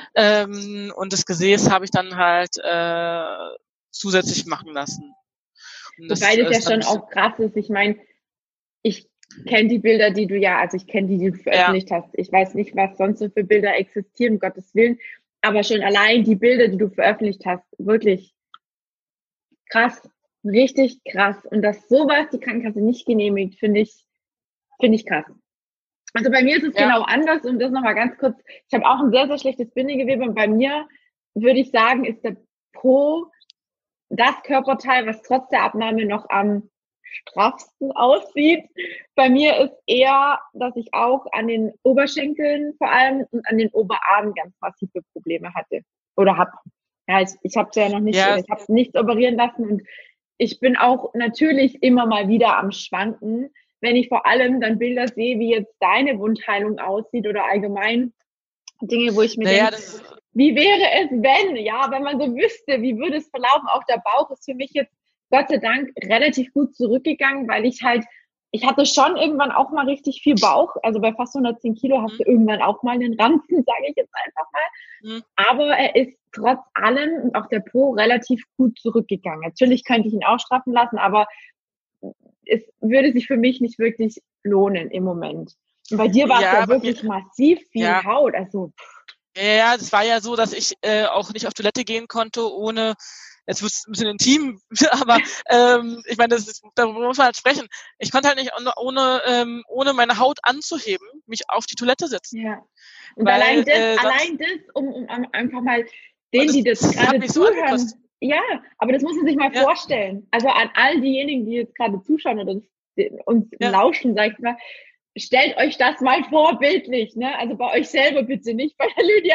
Und das Gesäß habe ich dann halt zusätzlich machen lassen. Wobei das ja schon auch krass ist. Ich meine, ich kenne die Bilder, ich kenne die du veröffentlicht hast. Ich weiß nicht, was sonst so für Bilder existieren, um Gottes Willen. Aber schon allein die Bilder, die du veröffentlicht hast, wirklich krass, richtig krass. Und dass sowas die Krankenkasse nicht genehmigt, finde ich krass. Also bei mir ist es genau anders. Und das nochmal ganz kurz. Ich habe auch ein sehr, sehr schlechtes Bindegewebe. Und bei mir, würde ich sagen, ist der Po das Körperteil, was trotz der Abnahme noch am straffsten aussieht. Bei mir ist eher, dass ich auch an den Oberschenkeln vor allem und an den Oberarmen ganz massive Probleme hatte oder habe. Ja, ich habe es ja noch nicht, ich habe es nicht operieren lassen und ich bin auch natürlich immer mal wieder am Schwanken, wenn ich vor allem dann Bilder sehe, wie jetzt deine Wundheilung aussieht oder allgemein Dinge, wo ich mir denke, wie wäre es, wenn man so wüsste, wie würde es verlaufen? Auch der Bauch ist für mich jetzt Gott sei Dank relativ gut zurückgegangen, weil ich hatte schon irgendwann auch mal richtig viel Bauch. Also bei fast 110 Kilo hast du irgendwann auch mal einen Ranzen, sage ich jetzt einfach mal. Aber er ist trotz allem und auch der Po relativ gut zurückgegangen. Natürlich könnte ich ihn auch straffen lassen, aber es würde sich für mich nicht wirklich lohnen im Moment. Und bei dir war es ja wirklich massiv viel Haut. Also ja, das war ja so, dass ich auch nicht auf Toilette gehen konnte, ohne, jetzt wird es ein bisschen intim, aber ich meine, darüber muss man halt sprechen. Ich konnte halt nicht ohne meine Haut anzuheben, mich auf die Toilette setzen. Ja. Und weil, allein das, um einfach mal denen, die das gerade zuhören, aber das muss man sich mal vorstellen. Also an all diejenigen, die jetzt gerade zuschauen oder uns lauschen, sag ich mal, stellt euch das mal vorbildlich, ne? Also bei euch selber bitte, nicht bei der Lydia.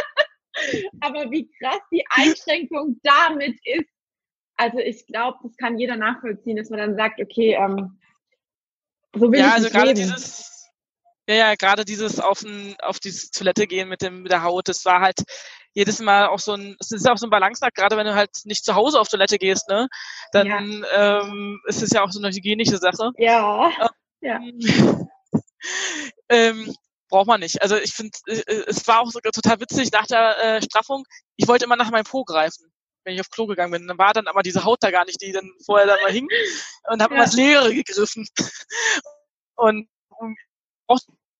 Aber wie krass die Einschränkung damit ist. Also ich glaube, das kann jeder nachvollziehen, dass man dann sagt, okay, so will ich nicht leben. Gerade dieses auf diese Toilette gehen mit der Haut, das war halt jedes Mal auch es ist auch so ein Balanceakt, gerade wenn du halt nicht zu Hause auf Toilette gehst, ne? Dann ist es ja auch so eine hygienische Sache. Ja. Braucht man nicht. Also ich finde, es war auch sogar total witzig nach der Straffung. Ich wollte immer nach meinem Po greifen, wenn ich auf Klo gegangen bin. Dann war dann aber diese Haut da gar nicht, die dann vorher da mal hing und habe immer das Leere gegriffen. Und auch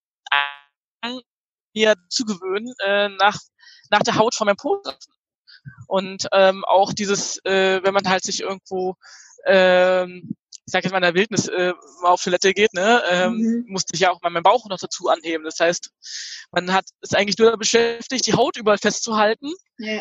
mir zu gewöhnen, nach der Haut von meinem Po greifen. Und auch dieses, wenn man halt sich irgendwo ich sag jetzt mal in der Wildnis mal auf Toilette geht, ne, musste ich ja auch mal meinen Bauch noch dazu anheben. Das heißt, man ist eigentlich nur beschäftigt, die Haut überall festzuhalten,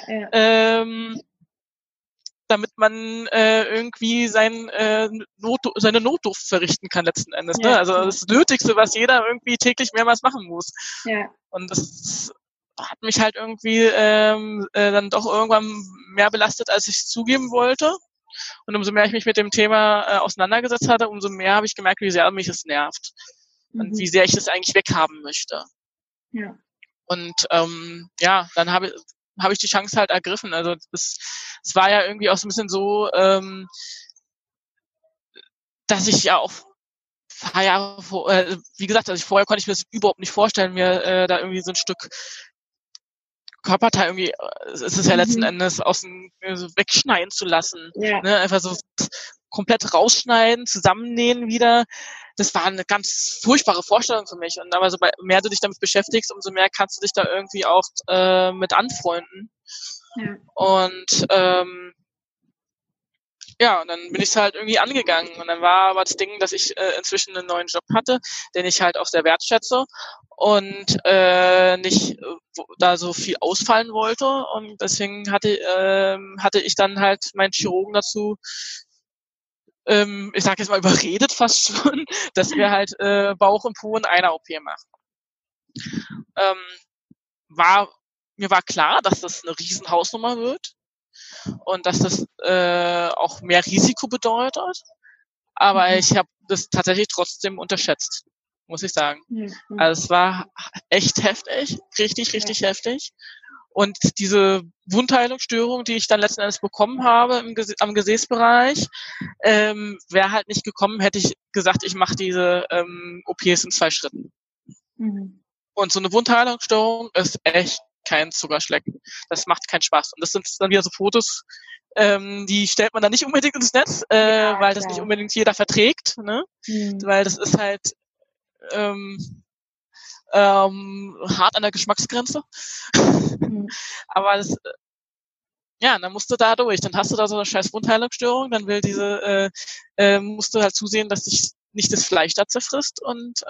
damit man irgendwie seine Notdurft verrichten kann letzten Endes. Ne? Also das Nötigste, was jeder irgendwie täglich mehrmals machen muss. Ja. Und das hat mich halt irgendwie dann doch irgendwann mehr belastet, als ich es zugeben wollte. Und umso mehr ich mich mit dem Thema auseinandergesetzt hatte, umso mehr habe ich gemerkt, wie sehr mich es nervt. Und wie sehr ich es eigentlich weghaben möchte. Ja. Und dann habe ich die Chance halt ergriffen. Also es war ja irgendwie auch so ein bisschen so, dass ich ja auch wie gesagt, also vorher konnte ich mir das überhaupt nicht vorstellen, mir da irgendwie so ein Stück Körperteil irgendwie, es ist ja letzten Endes so wegschneiden zu lassen. Ja. Ne? Einfach so komplett rausschneiden, zusammennähen wieder. Das war eine ganz furchtbare Vorstellung für mich. Und aber so mehr du dich damit beschäftigst, umso mehr kannst du dich da irgendwie auch mit anfreunden. Ja. Und und dann bin ich es halt irgendwie angegangen. Und dann war aber das Ding, dass ich inzwischen einen neuen Job hatte, den ich halt auch sehr wertschätze und nicht da so viel ausfallen wollte. Und deswegen hatte ich dann halt meinen Chirurgen dazu, ich sag jetzt mal überredet fast schon, dass wir halt Bauch und Po in einer OP machen. Mir war klar, dass das eine riesen Hausnummer wird und dass das auch mehr Risiko bedeutet. Aber ich habe das tatsächlich trotzdem unterschätzt, muss ich sagen. Also es war echt heftig, richtig heftig. Und diese Wundheilungsstörung, die ich dann letzten Endes bekommen habe am Gesäßbereich, wäre halt nicht gekommen, hätte ich gesagt, ich mache diese OPs in 2 Schritten. Und so eine Wundheilungsstörung ist echt kein Zuckerschlecken. Das macht keinen Spaß. Und das sind dann wieder so Fotos, die stellt man dann nicht unbedingt ins Netz, weil das nicht unbedingt jeder verträgt, ne? Weil das ist halt hart an der Geschmacksgrenze. Aber das, dann musst du da durch. Dann hast du da so eine scheiß Wundheilungsstörung, dann musst du halt zusehen, dass dich nicht das Fleisch da zerfrisst und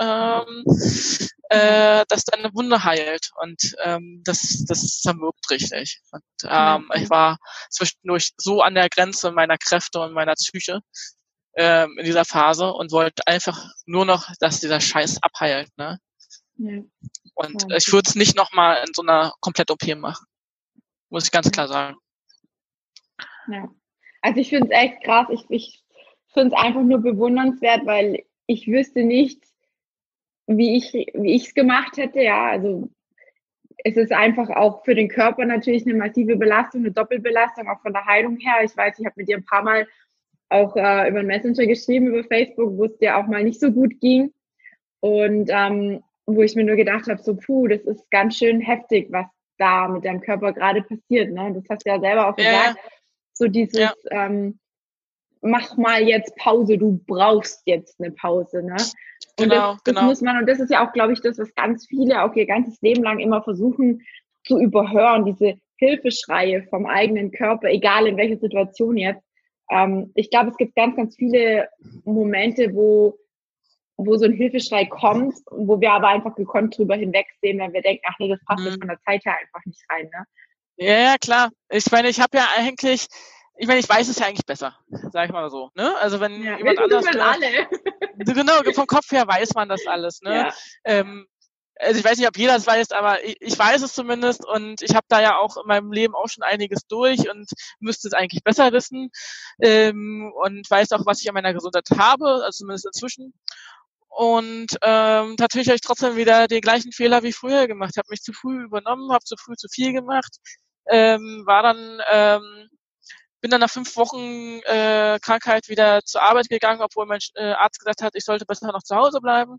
dass deine Wunde heilt. Und das zermürbt richtig. Und ich war zwischendurch so an der Grenze meiner Kräfte und meiner Psyche in dieser Phase und wollte einfach nur noch, dass dieser Scheiß abheilt, ne? Und ich würde es nicht nochmal in so einer Komplett-OP machen. Muss ich ganz klar sagen. Ja. Also ich finde es echt krass. Ich finde es einfach nur bewundernswert, weil ich wüsste nicht, wie ich es gemacht hätte. Ja, also es ist einfach auch für den Körper natürlich eine massive Belastung, eine Doppelbelastung, auch von der Heilung her. Ich weiß, ich habe mit dir ein paar Mal auch über den Messenger geschrieben, über Facebook, wo es dir auch mal nicht so gut ging. Und wo ich mir nur gedacht habe, so das ist ganz schön heftig, was da mit deinem Körper gerade passiert. Ne? Das hast du ja selber auch gesagt. So dieses, mach mal jetzt Pause, du brauchst jetzt eine Pause. Ne? Und das muss man, und das ist ja auch, glaube ich, das, was ganz viele auch ihr ganzes Leben lang immer versuchen zu überhören, diese Hilfeschreie vom eigenen Körper, egal in welcher Situation jetzt. Ich glaube, es gibt ganz, ganz viele Momente, wo so ein Hilfeschrei kommt, wo wir aber einfach gekonnt drüber hinwegsehen, wenn wir denken, ach nee, das passt jetzt von der Zeit her einfach nicht rein, ne? Ja, klar. Ich meine, ich weiß es ja eigentlich besser, sag ich mal so, ne? Also wenn jemand anders alle. Genau, vom Kopf her weiß man das alles, ne? Ja. Also ich weiß nicht, ob jeder es weiß, aber ich weiß es zumindest und ich habe da ja auch in meinem Leben auch schon einiges durch und müsste es eigentlich besser wissen und weiß auch, was ich an meiner Gesundheit habe, also zumindest inzwischen. Und natürlich habe ich trotzdem wieder den gleichen Fehler wie früher gemacht. Habe mich zu früh übernommen, habe zu früh zu viel gemacht, bin dann nach 5 Wochen Krankheit wieder zur Arbeit gegangen, obwohl mein Arzt gesagt hat, ich sollte besser noch zu Hause bleiben.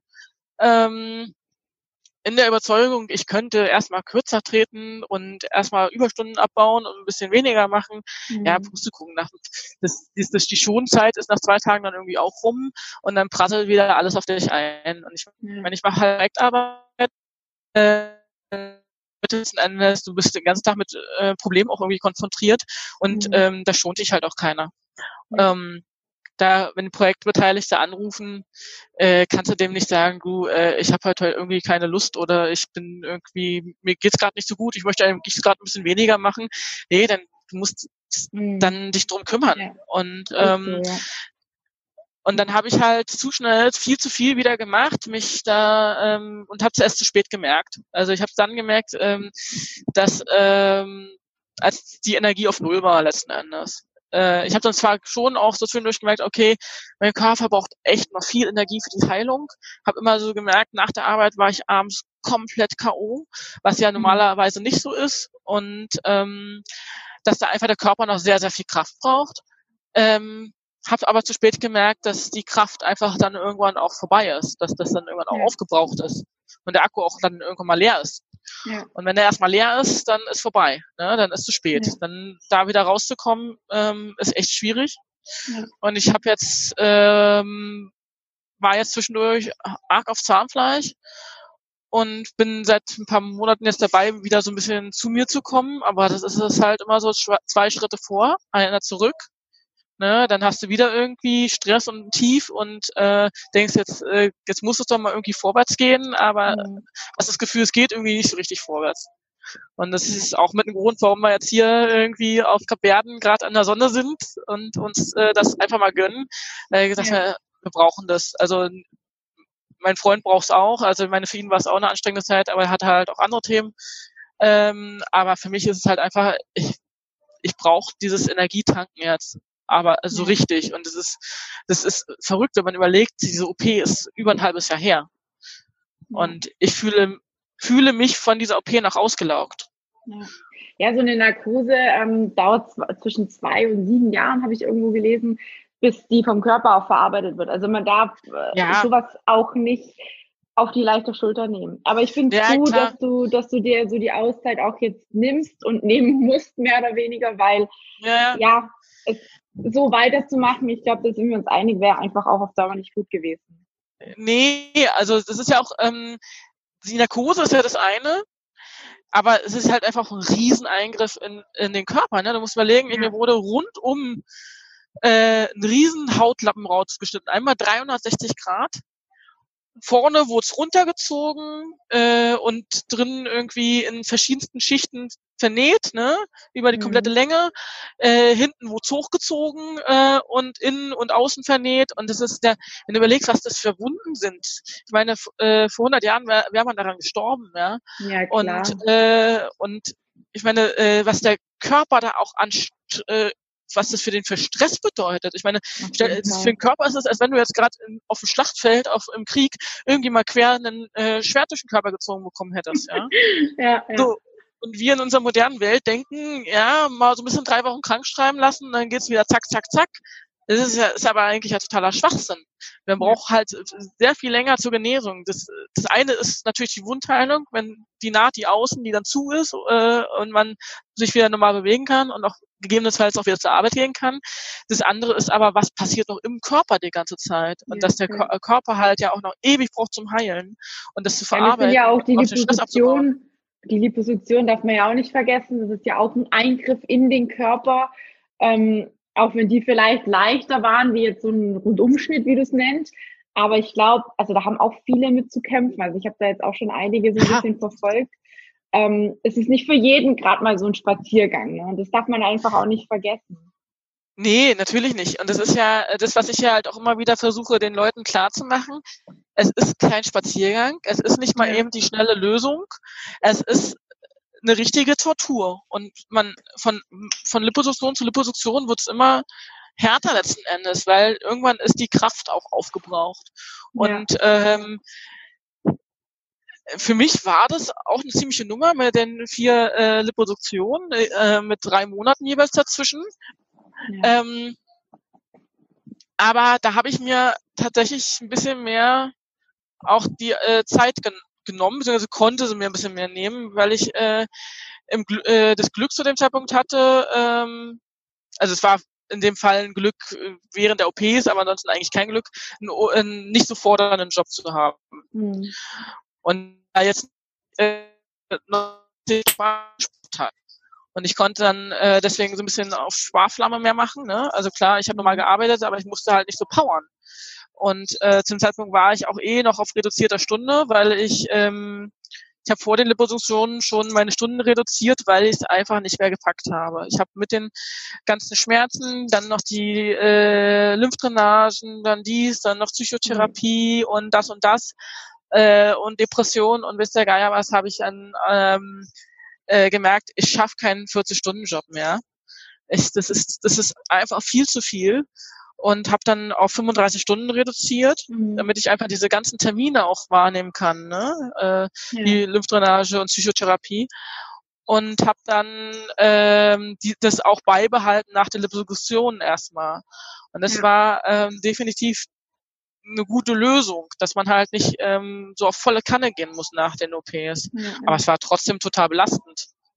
In der Überzeugung, ich könnte erstmal kürzer treten und erstmal Überstunden abbauen und ein bisschen weniger machen. Ja, Pustekuchen. Die Schonzeit ist nach 2 Tagen dann irgendwie auch rum und dann prasselt wieder alles auf dich ein. Und ich mache halt Direktarbeit, letzten Endes, du bist den ganzen Tag mit Problemen auch irgendwie konfrontiert und da schont dich halt auch keiner. Wenn Projektbeteiligte anrufen, kannst du dem nicht sagen, du, ich habe heute irgendwie keine Lust oder mir geht's gerade nicht so gut, ich möchte eigentlich gerade ein bisschen weniger machen. Nee, du musst dann dich drum kümmern. Ja. Und dann habe ich halt zu schnell viel zu viel wieder gemacht, und habe es erst zu spät gemerkt. Also ich habe es dann gemerkt, dass als die Energie auf Null war letzten Endes. Ich habe dann zwar schon auch so zwischendurch gemerkt, okay, mein Körper braucht echt noch viel Energie für die Heilung. Habe immer so gemerkt, nach der Arbeit war ich abends komplett K.O., was ja normalerweise nicht so ist. Und dass da einfach der Körper noch sehr, sehr viel Kraft braucht. Habe aber zu spät gemerkt, dass die Kraft einfach dann irgendwann auch vorbei ist, dass das dann irgendwann auch aufgebraucht ist und der Akku auch dann irgendwann mal leer ist. Ja. Und wenn der erstmal leer ist, dann ist vorbei, ne? Dann ist es zu spät. Ja. Dann da wieder rauszukommen, ist echt schwierig. Ja. Und ich habe jetzt, war jetzt zwischendurch arg auf Zahnfleisch und bin seit ein paar Monaten jetzt dabei, wieder so ein bisschen zu mir zu kommen. Aber das ist es halt immer so 2 Schritte vor, einer zurück. Ne? Dann hast du wieder irgendwie Stress und Tief und denkst jetzt muss es doch mal irgendwie vorwärts gehen, aber hast das Gefühl, es geht irgendwie nicht so richtig vorwärts. Und das ist auch mit einem Grund, warum wir jetzt hier irgendwie auf Kapverden gerade an der Sonne sind und uns das einfach mal gönnen. Gesagt, wir brauchen das. Also mein Freund braucht es auch. Also für ihn war es auch eine anstrengende Zeit, aber er hatte halt auch andere Themen. Aber für mich ist es halt einfach, ich brauche dieses Energietanken jetzt. Aber so richtig. Und das ist verrückt, wenn man überlegt, diese OP ist über ein halbes Jahr her. Und ich fühle mich von dieser OP noch ausgelaugt. Ja, so eine Narkose dauert zwischen 2 und 7 Jahren, habe ich irgendwo gelesen, bis die vom Körper auch verarbeitet wird. Also man darf sowas auch nicht auf die leichte Schulter nehmen. Aber ich finde es gut, dass du dir so die Auszeit auch jetzt nimmst und nehmen musst, mehr oder weniger, weil so weiterzumachen, ich glaube, da sind wir uns einig, wäre einfach auch auf Dauer nicht gut gewesen. Nee, also das ist ja auch, die Narkose ist ja das eine, aber es ist halt einfach ein Rieseneingriff in den Körper. Ne? Du musst überlegen, mir wurde rundum ein riesen Hautlappen rausgeschnitten, einmal 360 Grad. Vorne wurde es runtergezogen und drin irgendwie in verschiedensten Schichten vernäht, ne, über die komplette Länge. Hinten wurde es hochgezogen und innen und außen vernäht. Und das ist wenn du überlegst, was das für Wunden sind. Ich meine, vor 100 Jahren wäre man daran gestorben, ja. Ja, klar. Und ich meine, was der Körper da auch was das für Stress bedeutet. Ich meine, für den Körper ist es, als wenn du jetzt gerade auf dem Schlachtfeld, im Krieg, irgendwie mal quer einen Schwert durch den Körper gezogen bekommen hättest. Ja? So. Und wir in unserer modernen Welt denken, mal so ein bisschen 3 Wochen krank schreiben lassen, dann geht's wieder zack, zack, zack. Das ist aber eigentlich ja totaler Schwachsinn. Man braucht halt sehr viel länger zur Genesung. Das eine ist natürlich die Wundheilung, wenn die Naht, die außen, die dann zu ist und man sich wieder normal bewegen kann und auch gegebenenfalls auch wieder zur Arbeit gehen kann. Das andere ist aber, was passiert noch im Körper die ganze Zeit? Und dass der Körper halt ja auch noch ewig braucht zum Heilen und das zu verarbeiten. Ja, auch die Liposuktion. Die Liposuktion darf man ja auch nicht vergessen. Das ist ja auch ein Eingriff in den Körper. Auch wenn die vielleicht leichter waren, wie jetzt so ein Rundumschnitt, wie du es nennst. Aber ich glaube, also da haben auch viele mit zu kämpfen. Also ich habe da jetzt auch schon einige so ein bisschen verfolgt. Es ist nicht für jeden gerade mal so ein Spaziergang. Ne? Und das darf man einfach auch nicht vergessen. Nee, natürlich nicht. Und das ist ja das, was ich ja halt auch immer wieder versuche, den Leuten klarzumachen. Es ist kein Spaziergang. Es ist nicht mal eben die schnelle Lösung. Es ist eine richtige Tortur. Und von Liposuktion zu Liposuktion wird es immer härter letzten Endes, weil irgendwann ist die Kraft auch aufgebraucht. Und für mich war das auch eine ziemliche Nummer mit den 4 Liposuktionen mit 3 Monaten jeweils dazwischen. Aber da habe ich mir tatsächlich ein bisschen mehr auch die Zeit genommen, beziehungsweise konnte sie mir ein bisschen mehr nehmen, weil ich das Glück zu dem Zeitpunkt hatte, also es war in dem Fall ein Glück während der OPs, aber ansonsten eigentlich kein Glück, einen nicht so fordernden Job zu haben. Und da jetzt noch Sport hat. Und ich konnte dann deswegen so ein bisschen auf Sparflamme mehr machen. Ne? Also klar, ich habe normal gearbeitet, aber ich musste halt nicht so powern. Und zum Zeitpunkt war ich auch noch auf reduzierter Stunde, weil ich habe vor den Liposuktionen schon meine Stunden reduziert, weil ich es einfach nicht mehr gepackt habe. Ich habe mit den ganzen Schmerzen, dann noch die Lymphdrainagen, dann noch Psychotherapie und das und Depression und wisst der Geier was, habe ich dann gemerkt, ich schaffe keinen 40-Stunden-Job mehr. Das ist einfach viel zu viel. Und habe dann auf 35 Stunden reduziert, damit ich einfach diese ganzen Termine auch wahrnehmen kann, ne? Die Lymphdrainage und Psychotherapie. Und habe dann das auch beibehalten nach der Liposuktion erstmal. Und das war definitiv eine gute Lösung, dass man halt nicht so auf volle Kanne gehen muss nach den OPs. Aber es war trotzdem total belastend.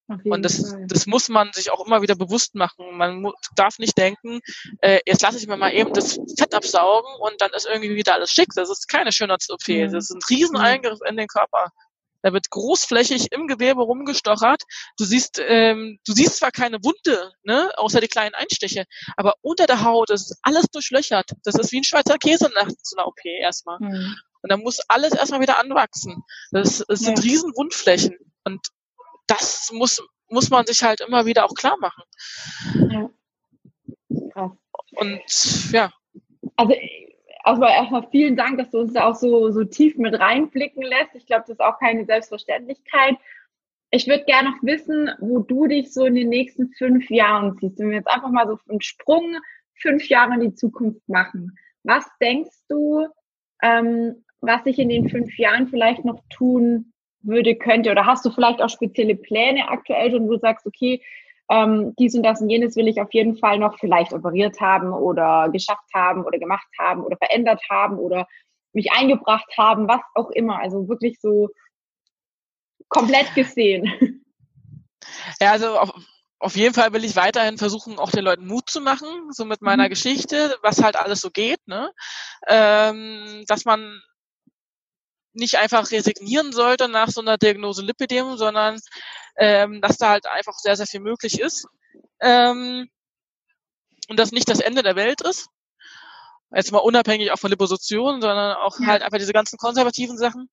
Auf Und jeden Fall. das muss man sich auch immer wieder bewusst machen. Man darf nicht denken, jetzt lasse ich mir mal eben das Fett absaugen und dann ist irgendwie wieder alles schick. Das ist keine Schönheits-OP. Das ist ein Rieseneingriff in den Körper. Da wird großflächig im Gewebe rumgestochert. Du siehst zwar keine Wunde, ne, außer die kleinen Einstiche, aber unter der Haut ist alles durchlöchert. Das ist wie ein Schweizer Käse nach so einer OP erstmal. Mhm. Und dann muss alles erstmal wieder anwachsen. Das sind riesen Wundflächen. Und das muss man sich halt immer wieder auch klar machen. Ja. Krass. Und ja. Also erstmal vielen Dank, dass du uns da auch so tief mit reinblicken lässt. Ich glaube, das ist auch keine Selbstverständlichkeit. Ich würde gerne noch wissen, wo du dich so in den nächsten 5 Jahren siehst. Wenn wir jetzt einfach mal so einen Sprung 5 Jahre in die Zukunft machen. Was denkst du, was sich in den 5 Jahren vielleicht noch tun würde, könnte? Oder hast du vielleicht auch spezielle Pläne aktuell schon, wo du sagst, okay, dies und das und jenes will ich auf jeden Fall noch vielleicht operiert haben oder geschafft haben oder gemacht haben oder verändert haben oder mich eingebracht haben, was auch immer. Also wirklich so komplett gesehen. Ja, also auf jeden Fall will ich weiterhin versuchen, auch den Leuten Mut zu machen, so mit meiner Geschichte, was halt alles so geht, ne? Dass man nicht einfach resignieren sollte nach so einer Diagnose Lipödem, sondern dass da halt einfach sehr, sehr viel möglich ist. Und das nicht das Ende der Welt ist. Jetzt mal unabhängig auch von Liposuktion, sondern auch halt einfach diese ganzen konservativen Sachen.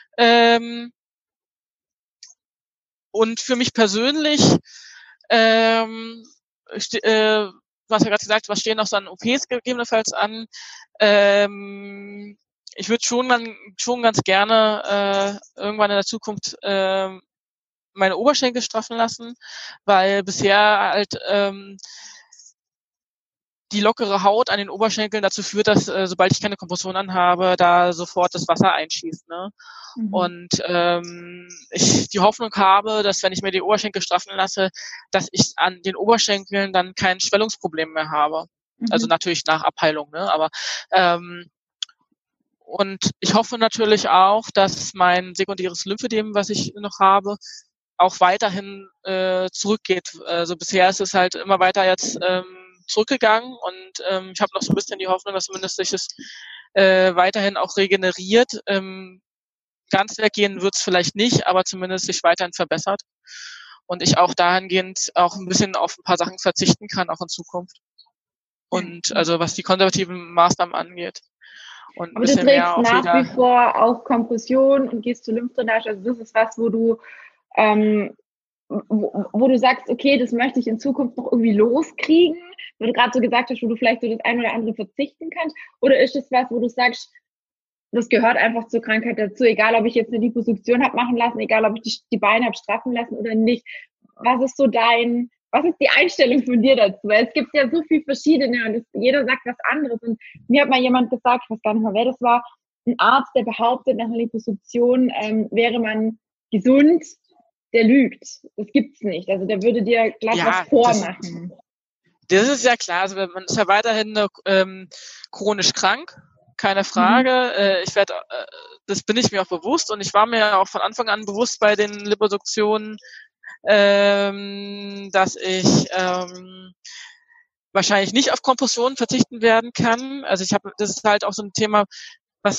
Und für mich persönlich, was ja gerade gesagt, was stehen noch so an OPs gegebenenfalls an? Ich würde schon ganz gerne irgendwann in der Zukunft meine Oberschenkel straffen lassen, weil bisher halt die lockere Haut an den Oberschenkeln dazu führt, dass sobald ich keine Kompression anhabe, da sofort das Wasser einschießt. Ne? Und ich die Hoffnung habe, dass wenn ich mir die Oberschenkel straffen lasse, dass ich an den Oberschenkeln dann kein Schwellungsproblem mehr habe. Also natürlich nach Abheilung, ne? Aber und ich hoffe natürlich auch, dass mein sekundäres Lymphödem, was ich noch habe, auch weiterhin zurückgeht. Also bisher ist es halt immer weiter jetzt zurückgegangen und ich habe noch so ein bisschen die Hoffnung, dass zumindest sich es weiterhin auch regeneriert. Ganz weggehen wird es vielleicht nicht, aber zumindest sich weiterhin verbessert und ich auch dahingehend auch ein bisschen auf ein paar Sachen verzichten kann, auch in Zukunft. Und also was die konservativen Maßnahmen angeht. Und aber du trägst nach wie vor auch Kompression und gehst zur Lymphdrainage. Also das ist was, wo du sagst, okay, das möchte ich in Zukunft noch irgendwie loskriegen, wo du gerade so gesagt hast, wo du vielleicht so das eine oder andere verzichten kannst? Oder ist es was, wo du sagst, das gehört einfach zur Krankheit dazu, egal ob ich jetzt eine Liposuktion habe machen lassen, egal ob ich die Beine habe straffen lassen oder nicht. Was ist die Einstellung von dir dazu? Weil es gibt ja so viel verschiedene und jeder sagt was anderes. Und mir hat mal jemand gesagt, ich weiß gar nicht mehr, wer das war, ein Arzt, der behauptet, nach einer Liposuktion wäre man gesund, der lügt. Das gibt's nicht. Also der würde dir gleich was vormachen. Das ist ja klar. Also man ist ja weiterhin chronisch krank. Keine Frage. Das bin ich mir auch bewusst und ich war mir auch von Anfang an bewusst bei den Liposuktionen, dass ich wahrscheinlich nicht auf Kompression verzichten werden kann. Also das ist halt auch so ein Thema, was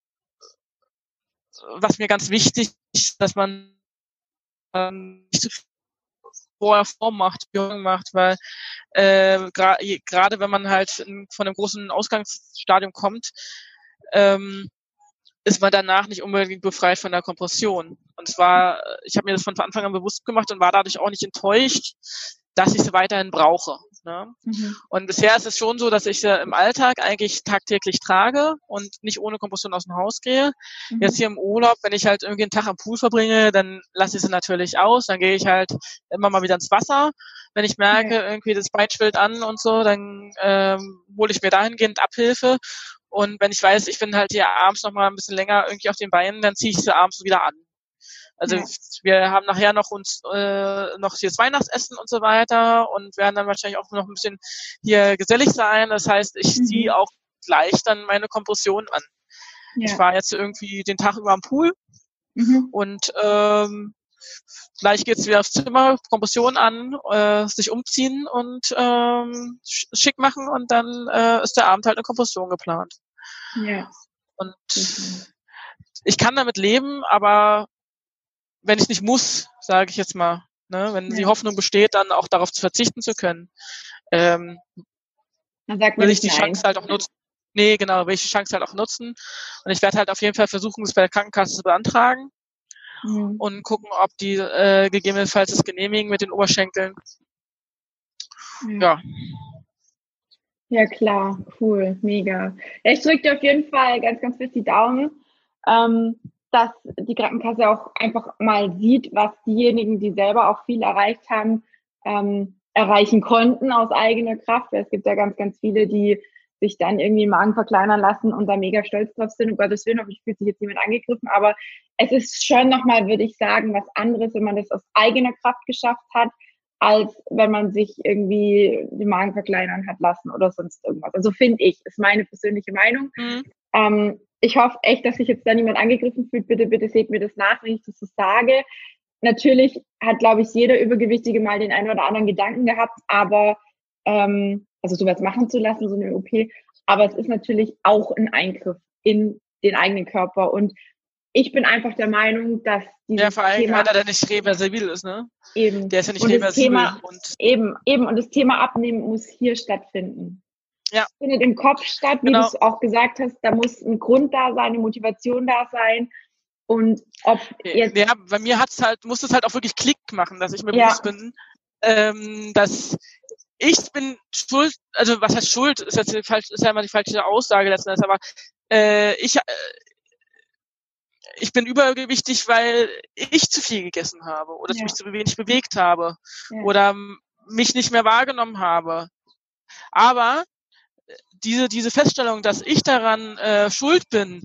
mir ganz wichtig ist, dass man nicht zu viel vorher vormacht, weil gerade wenn man halt von einem großen Ausgangsstadium kommt, ist man danach nicht unbedingt befreit von der Kompression. Und zwar, ich habe mir das von Anfang an bewusst gemacht und war dadurch auch nicht enttäuscht, dass ich sie weiterhin brauche. Ne? Und bisher ist es schon so, dass ich sie im Alltag eigentlich tagtäglich trage und nicht ohne Kompression aus dem Haus gehe. Jetzt hier im Urlaub, wenn ich halt irgendwie einen Tag am Pool verbringe, dann lasse ich sie natürlich aus. Dann gehe ich halt immer mal wieder ins Wasser. Wenn ich merke, irgendwie das Bein schwillt an und so, dann hole ich mir dahingehend Abhilfe. Und wenn ich weiß, ich bin halt hier abends noch mal ein bisschen länger irgendwie auf den Beinen, dann ziehe ich sie abends wieder an. Also wir haben nachher noch noch hier das Weihnachtsessen und so weiter und werden dann wahrscheinlich auch noch ein bisschen hier gesellig sein. Das heißt, ich ziehe auch gleich dann meine Kompression an. Ich war jetzt irgendwie den Tag über am Pool und gleich geht's wieder aufs Zimmer, Kompression an, sich umziehen und schick machen und dann ist der Abend halt eine Kompression geplant. Ja. Und ich kann damit leben, aber wenn ich nicht muss, sage ich jetzt mal, ne, wenn die Hoffnung besteht, dann auch darauf zu verzichten zu können, dann sagt man will ich die nein. Chance halt auch nutzen. Nee, genau, will ich die Chance halt auch nutzen. Und ich werde halt auf jeden Fall versuchen, es bei der Krankenkasse zu beantragen und gucken, ob die gegebenenfalls das genehmigen mit den Oberschenkeln. Ja. Ja, klar, cool, mega. Ja, ich drücke dir auf jeden Fall ganz, ganz fest die Daumen, dass die Krankenkasse auch einfach mal sieht, was diejenigen, die selber auch viel erreicht haben, erreichen konnten aus eigener Kraft. Weil es gibt ja ganz, ganz viele, die sich dann irgendwie den Magen verkleinern lassen und da mega stolz drauf sind. Um Gottes Willen, hoffentlich fühlt sich jetzt niemand angegriffen. Aber es ist schon nochmal, würde ich sagen, was anderes, wenn man das aus eigener Kraft geschafft hat, als wenn man sich irgendwie den Magen verkleinern hat lassen oder sonst irgendwas. Also finde ich, ist meine persönliche Meinung. Ich hoffe echt, dass sich jetzt da niemand angegriffen fühlt. Bitte, bitte seht mir das nach, wenn ich das so sage. Natürlich hat, glaube ich, jeder Übergewichtige mal den einen oder anderen Gedanken gehabt, aber also sowas machen zu lassen, so eine OP, aber es ist natürlich auch ein Eingriff in den eigenen Körper und ich bin einfach der Meinung, dass dieses vor allem Thema einer, der nicht reversibel ist, ne? Eben. Der ist ja nicht und reversibel. Und das Thema Abnehmen muss hier stattfinden. Ja. Es findet im Kopf statt, wie du es auch gesagt hast, da muss ein Grund da sein, eine Motivation da sein. Und ob jetzt... Ja, bei mir muss es halt auch wirklich Klick machen, dass ich mir bewusst bin, dass ich bin schuld, also was heißt Schuld, ist jetzt ist ja immer die falsche Aussage letzten Endes, aber ich bin übergewichtig, weil ich zu viel gegessen habe oder mich zu wenig bewegt habe oder mich nicht mehr wahrgenommen habe. Aber diese Feststellung, dass ich daran schuld bin,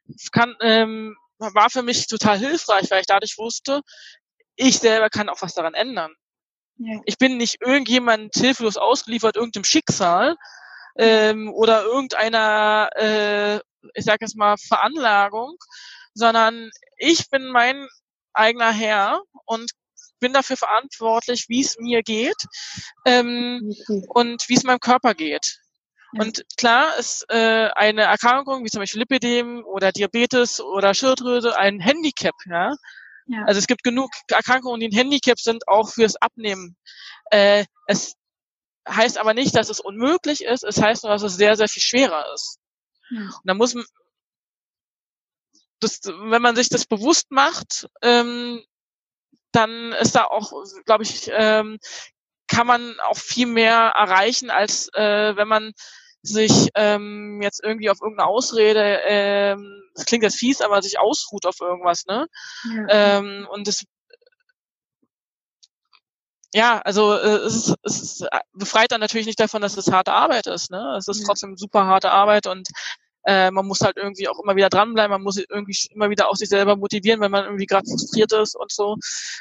war für mich total hilfreich, weil ich dadurch wusste, ich selber kann auch was daran ändern. Ja. Ich bin nicht irgendjemand hilflos ausgeliefert, irgendeinem Schicksal oder irgendeiner, ich sag jetzt mal, Veranlagung, sondern ich bin mein eigener Herr und bin dafür verantwortlich, wie es mir geht und wie es meinem Körper geht. Ja. Und klar ist eine Erkrankung wie zum Beispiel Lipödem oder Diabetes oder Schilddrüse ein Handicap, ja. Ja. Also es gibt genug Erkrankungen, die ein Handicap sind, auch fürs Abnehmen. Es heißt aber nicht, dass es unmöglich ist. Es heißt nur, dass es sehr, sehr viel schwerer ist. Ja. Und da muss man, wenn man sich das bewusst macht, dann ist da auch, glaube ich, kann man auch viel mehr erreichen, als wenn man sich jetzt irgendwie auf irgendeine Ausrede, das klingt jetzt fies, aber sich ausruht auf irgendwas, ne? Ja. Und das, ja, also es befreit dann natürlich nicht davon, dass es harte Arbeit ist, ne? Es ist trotzdem super harte Arbeit und man muss halt irgendwie auch immer wieder dranbleiben, man muss irgendwie immer wieder auch sich selber motivieren, wenn man irgendwie gerade frustriert ist und so.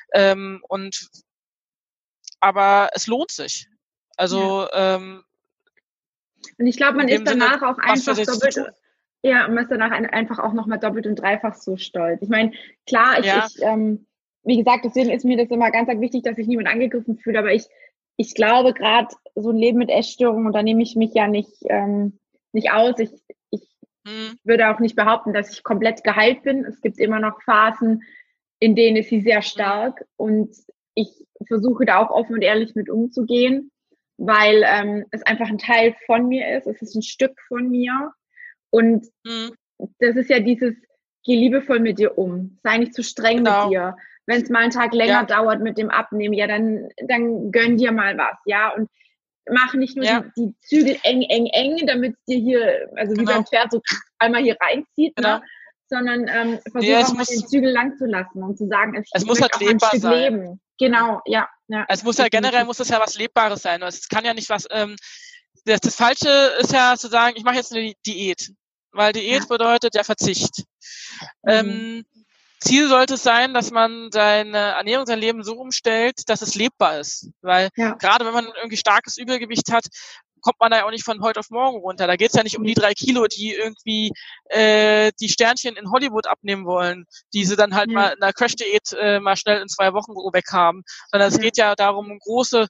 Aber es lohnt sich. Also und ich glaube, man ist danach auch einfach doppelt, man ist danach einfach auch nochmal doppelt und dreifach so stolz. Ich meine, klar, wie gesagt, deswegen ist mir das immer ganz, ganz wichtig, dass sich niemand angegriffen fühlt, aber ich glaube, gerade so ein Leben mit Essstörungen, und da nehme ich mich ja nicht aus. Ich würde auch nicht behaupten, dass ich komplett geheilt bin. Es gibt immer noch Phasen, in denen ist sie sehr stark und ich versuche da auch offen und ehrlich mit umzugehen, weil es einfach ein Teil von mir ist. Es ist ein Stück von mir. Und das ist ja dieses, geh liebevoll mit dir um. Sei nicht zu streng mit dir. Wenn es mal einen Tag länger dauert mit dem Abnehmen, dann gönn dir mal was, ja. Und mach nicht nur die Zügel eng, damit es dir hier, also wie beim Pferd, so einmal hier reinzieht, ne? Sondern versuch auch mal den Zügel lang zu lassen und zu sagen, es muss halt lebbar sein. Leben. Genau, ja. Es muss ja generell muss es ja was Lebbares sein. Es kann ja nicht was. Das Falsche ist ja zu sagen, ich mache jetzt eine Diät, weil Diät bedeutet ja Verzicht. Ziel sollte es sein, dass man seine Ernährung, sein Leben so umstellt, dass es lebbar ist. Weil gerade wenn man irgendwie starkes Übergewicht hat, kommt man da ja auch nicht von heute auf morgen runter. Da geht's ja nicht um die 3 Kilo, die irgendwie die Sternchen in Hollywood abnehmen wollen, die sie dann halt mal in einer Crash-Diät mal schnell in 2 Wochen weg haben. Sondern es geht ja darum, große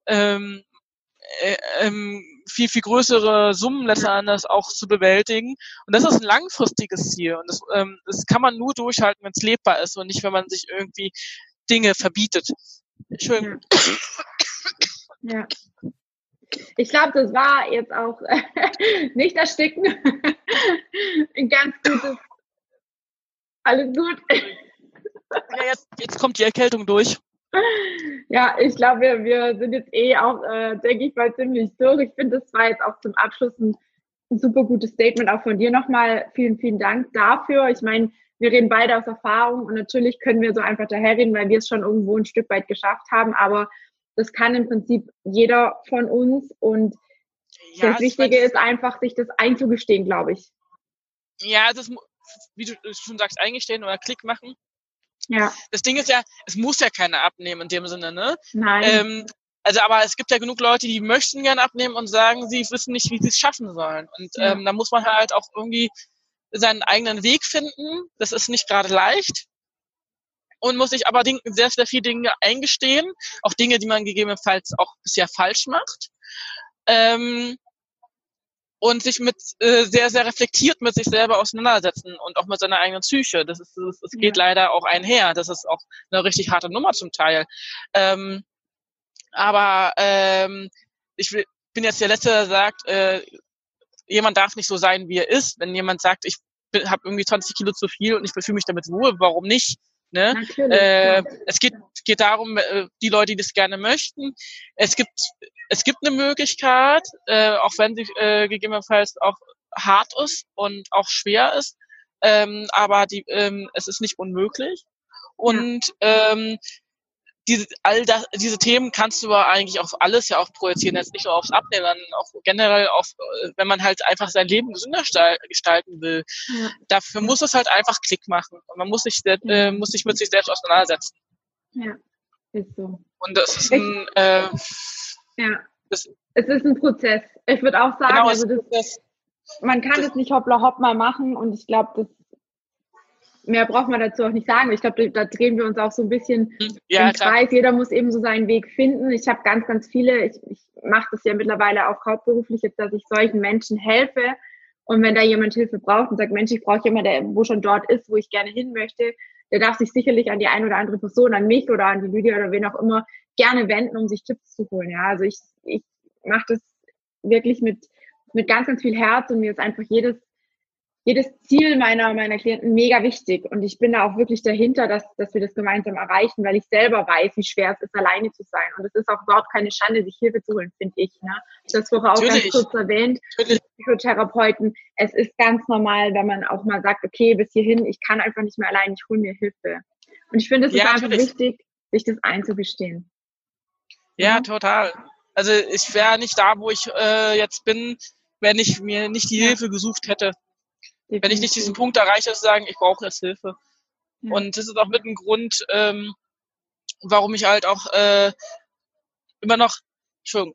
viel, viel größere Summen letztendlich auch zu bewältigen. Und das ist ein langfristiges Ziel. Und das kann man nur durchhalten, wenn es lebbar ist und nicht, wenn man sich irgendwie Dinge verbietet. Entschuldigung. Ja. Ich glaube, das war jetzt auch nicht ersticken. Ein ganz gutes. Alles gut. Ja, jetzt kommt die Erkältung durch. Ja, ich glaube, wir sind jetzt auch, denke ich mal, ziemlich durch. Ich finde, das war jetzt auch zum Abschluss ein super gutes Statement auch von dir nochmal. Vielen, vielen Dank dafür. Ich meine, wir reden beide aus Erfahrung und natürlich können wir so einfach daherreden, weil wir es schon irgendwo ein Stück weit geschafft haben, aber das kann im Prinzip jeder von uns und das Wichtige ist einfach, sich das einzugestehen, glaube ich. Ja, das, wie du schon sagst, eingestehen oder Klick machen. Ja. Das Ding ist ja, es muss ja keiner abnehmen in dem Sinne, ne? Nein. Aber es gibt ja genug Leute, die möchten gerne abnehmen und sagen, sie wissen nicht, wie sie es schaffen sollen. Und da muss man halt auch irgendwie seinen eigenen Weg finden. Das ist nicht gerade leicht. Und muss sich aber sehr, sehr viele Dinge eingestehen. Auch Dinge, die man gegebenenfalls auch bisher falsch macht. Und sich sehr, sehr reflektiert mit sich selber auseinandersetzen und auch mit seiner eigenen Psyche. Das geht leider auch einher. Das ist auch eine richtig harte Nummer zum Teil. Ich bin jetzt der Letzte, der sagt, jemand darf nicht so sein, wie er ist. Wenn jemand sagt, ich habe irgendwie 20 Kilo zu viel und ich fühle mich damit wohl, warum nicht? Ne? Es geht darum, die Leute, die das gerne möchten. Es gibt eine Möglichkeit, auch wenn sie gegebenenfalls auch hart ist und auch schwer ist, aber es ist nicht unmöglich. Und diese Themen kannst du aber eigentlich auf alles ja auch projizieren, jetzt nicht nur aufs Abnehmen, sondern auch generell wenn man halt einfach sein Leben gesünder gestalten will. Ja. Dafür muss es halt einfach Klick machen. Und man muss sich mit sich selbst auseinandersetzen. Ja, ist so. Und das ist es ist ein Prozess. Ich würde auch sagen, genau, man kann das nicht hoppla hopp mal machen und ich glaube, mehr braucht man dazu auch nicht sagen. Ich glaube, da drehen wir uns auch so ein bisschen im Kreis. Jeder muss eben so seinen Weg finden. Ich habe ganz, ganz viele, ich mache das ja mittlerweile auch hauptberuflich jetzt, dass ich solchen Menschen helfe. Und wenn da jemand Hilfe braucht und sagt, Mensch, ich brauche jemanden, der wo schon dort ist, wo ich gerne hin möchte, der darf sich sicherlich an die eine oder andere Person, an mich oder an die Lydia oder wen auch immer, gerne wenden, um sich Tipps zu holen. Ja, also ich mache das wirklich mit ganz, ganz viel Herz und mir ist einfach jedes Ziel meiner Klienten mega wichtig. Und ich bin da auch wirklich dahinter, dass wir das gemeinsam erreichen, weil ich selber weiß, wie schwer es ist, alleine zu sein. Und es ist auch überhaupt keine Schande, sich Hilfe zu holen, finde ich. Ne? Ich habe das vorher auch ganz kurz erwähnt. Psychotherapeuten. Es ist ganz normal, wenn man auch mal sagt, okay, bis hierhin, ich kann einfach nicht mehr allein, ich hole mir Hilfe. Und ich finde, es ist einfach wichtig, sich das einzugestehen. Ja, total. Also ich wäre nicht da, wo ich jetzt bin, wenn ich mir nicht die Hilfe gesucht hätte. Wenn ich nicht diesen Punkt erreiche, zu sagen, ich brauche jetzt Hilfe. Ja. Und das ist auch mit ein Grund, warum ich halt auch immer noch, Entschuldigung.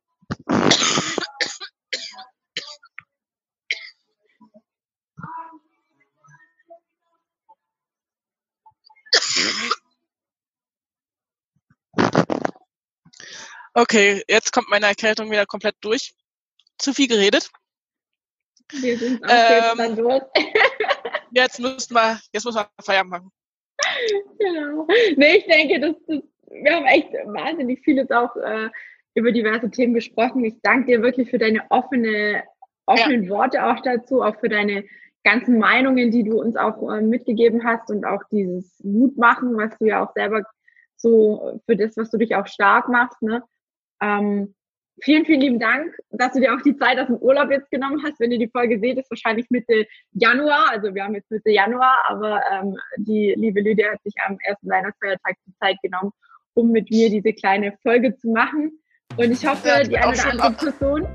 Okay, jetzt kommt meine Erkältung wieder komplett durch. Zu viel geredet. Wir sind auch jetzt dann durch. Jetzt müssen wir Feierabend machen. Genau. Nee, ich denke, wir haben echt wahnsinnig vieles auch über diverse Themen gesprochen. Ich danke dir wirklich für deine offenen Worte auch dazu, auch für deine ganzen Meinungen, die du uns auch mitgegeben hast und auch dieses Mutmachen, was du ja auch selber so für das, was du dich auch stark machst, ne? Vielen, vielen lieben Dank, dass du dir auch die Zeit aus dem Urlaub jetzt genommen hast. Wenn ihr die Folge seht, ist wahrscheinlich Mitte Januar. Also wir haben jetzt Mitte Januar, aber die liebe Lydia hat sich am ersten Weihnachtsfeiertag die Zeit genommen, um mit mir diese kleine Folge zu machen. Und ich hoffe, die eine oder andere Person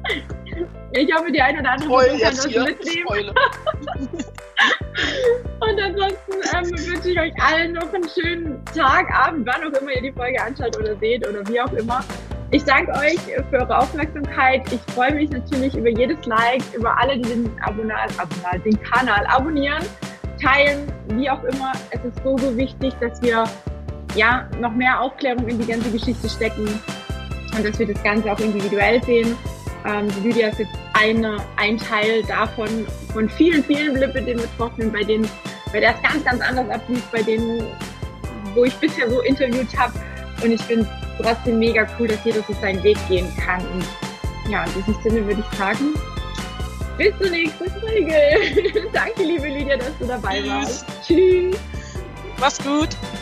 kann das mitnehmen. Und ansonsten wünsche ich euch allen noch einen schönen Tag, Abend, wann auch immer ihr die Folge anschaut oder seht oder wie auch immer. Ich danke euch für eure Aufmerksamkeit. Ich freue mich natürlich über jedes Like, über alle, die den Kanal abonnieren, teilen, wie auch immer. Es ist so, so wichtig, dass wir ja noch mehr Aufklärung in die ganze Geschichte stecken und dass wir das Ganze auch individuell sehen. Die Lydia ist jetzt ein Teil davon, von vielen, vielen Lipödem-Betroffenen, bei der es ganz, ganz anders ablief, bei denen, wo ich bisher so interviewt habe. Und ich finde es trotzdem mega cool, dass jeder so seinen Weg gehen kann. Und ja, in diesem Sinne würde ich sagen, bis zur nächsten Folge. Danke, liebe Lydia, dass du dabei warst. Tschüss. Mach's gut.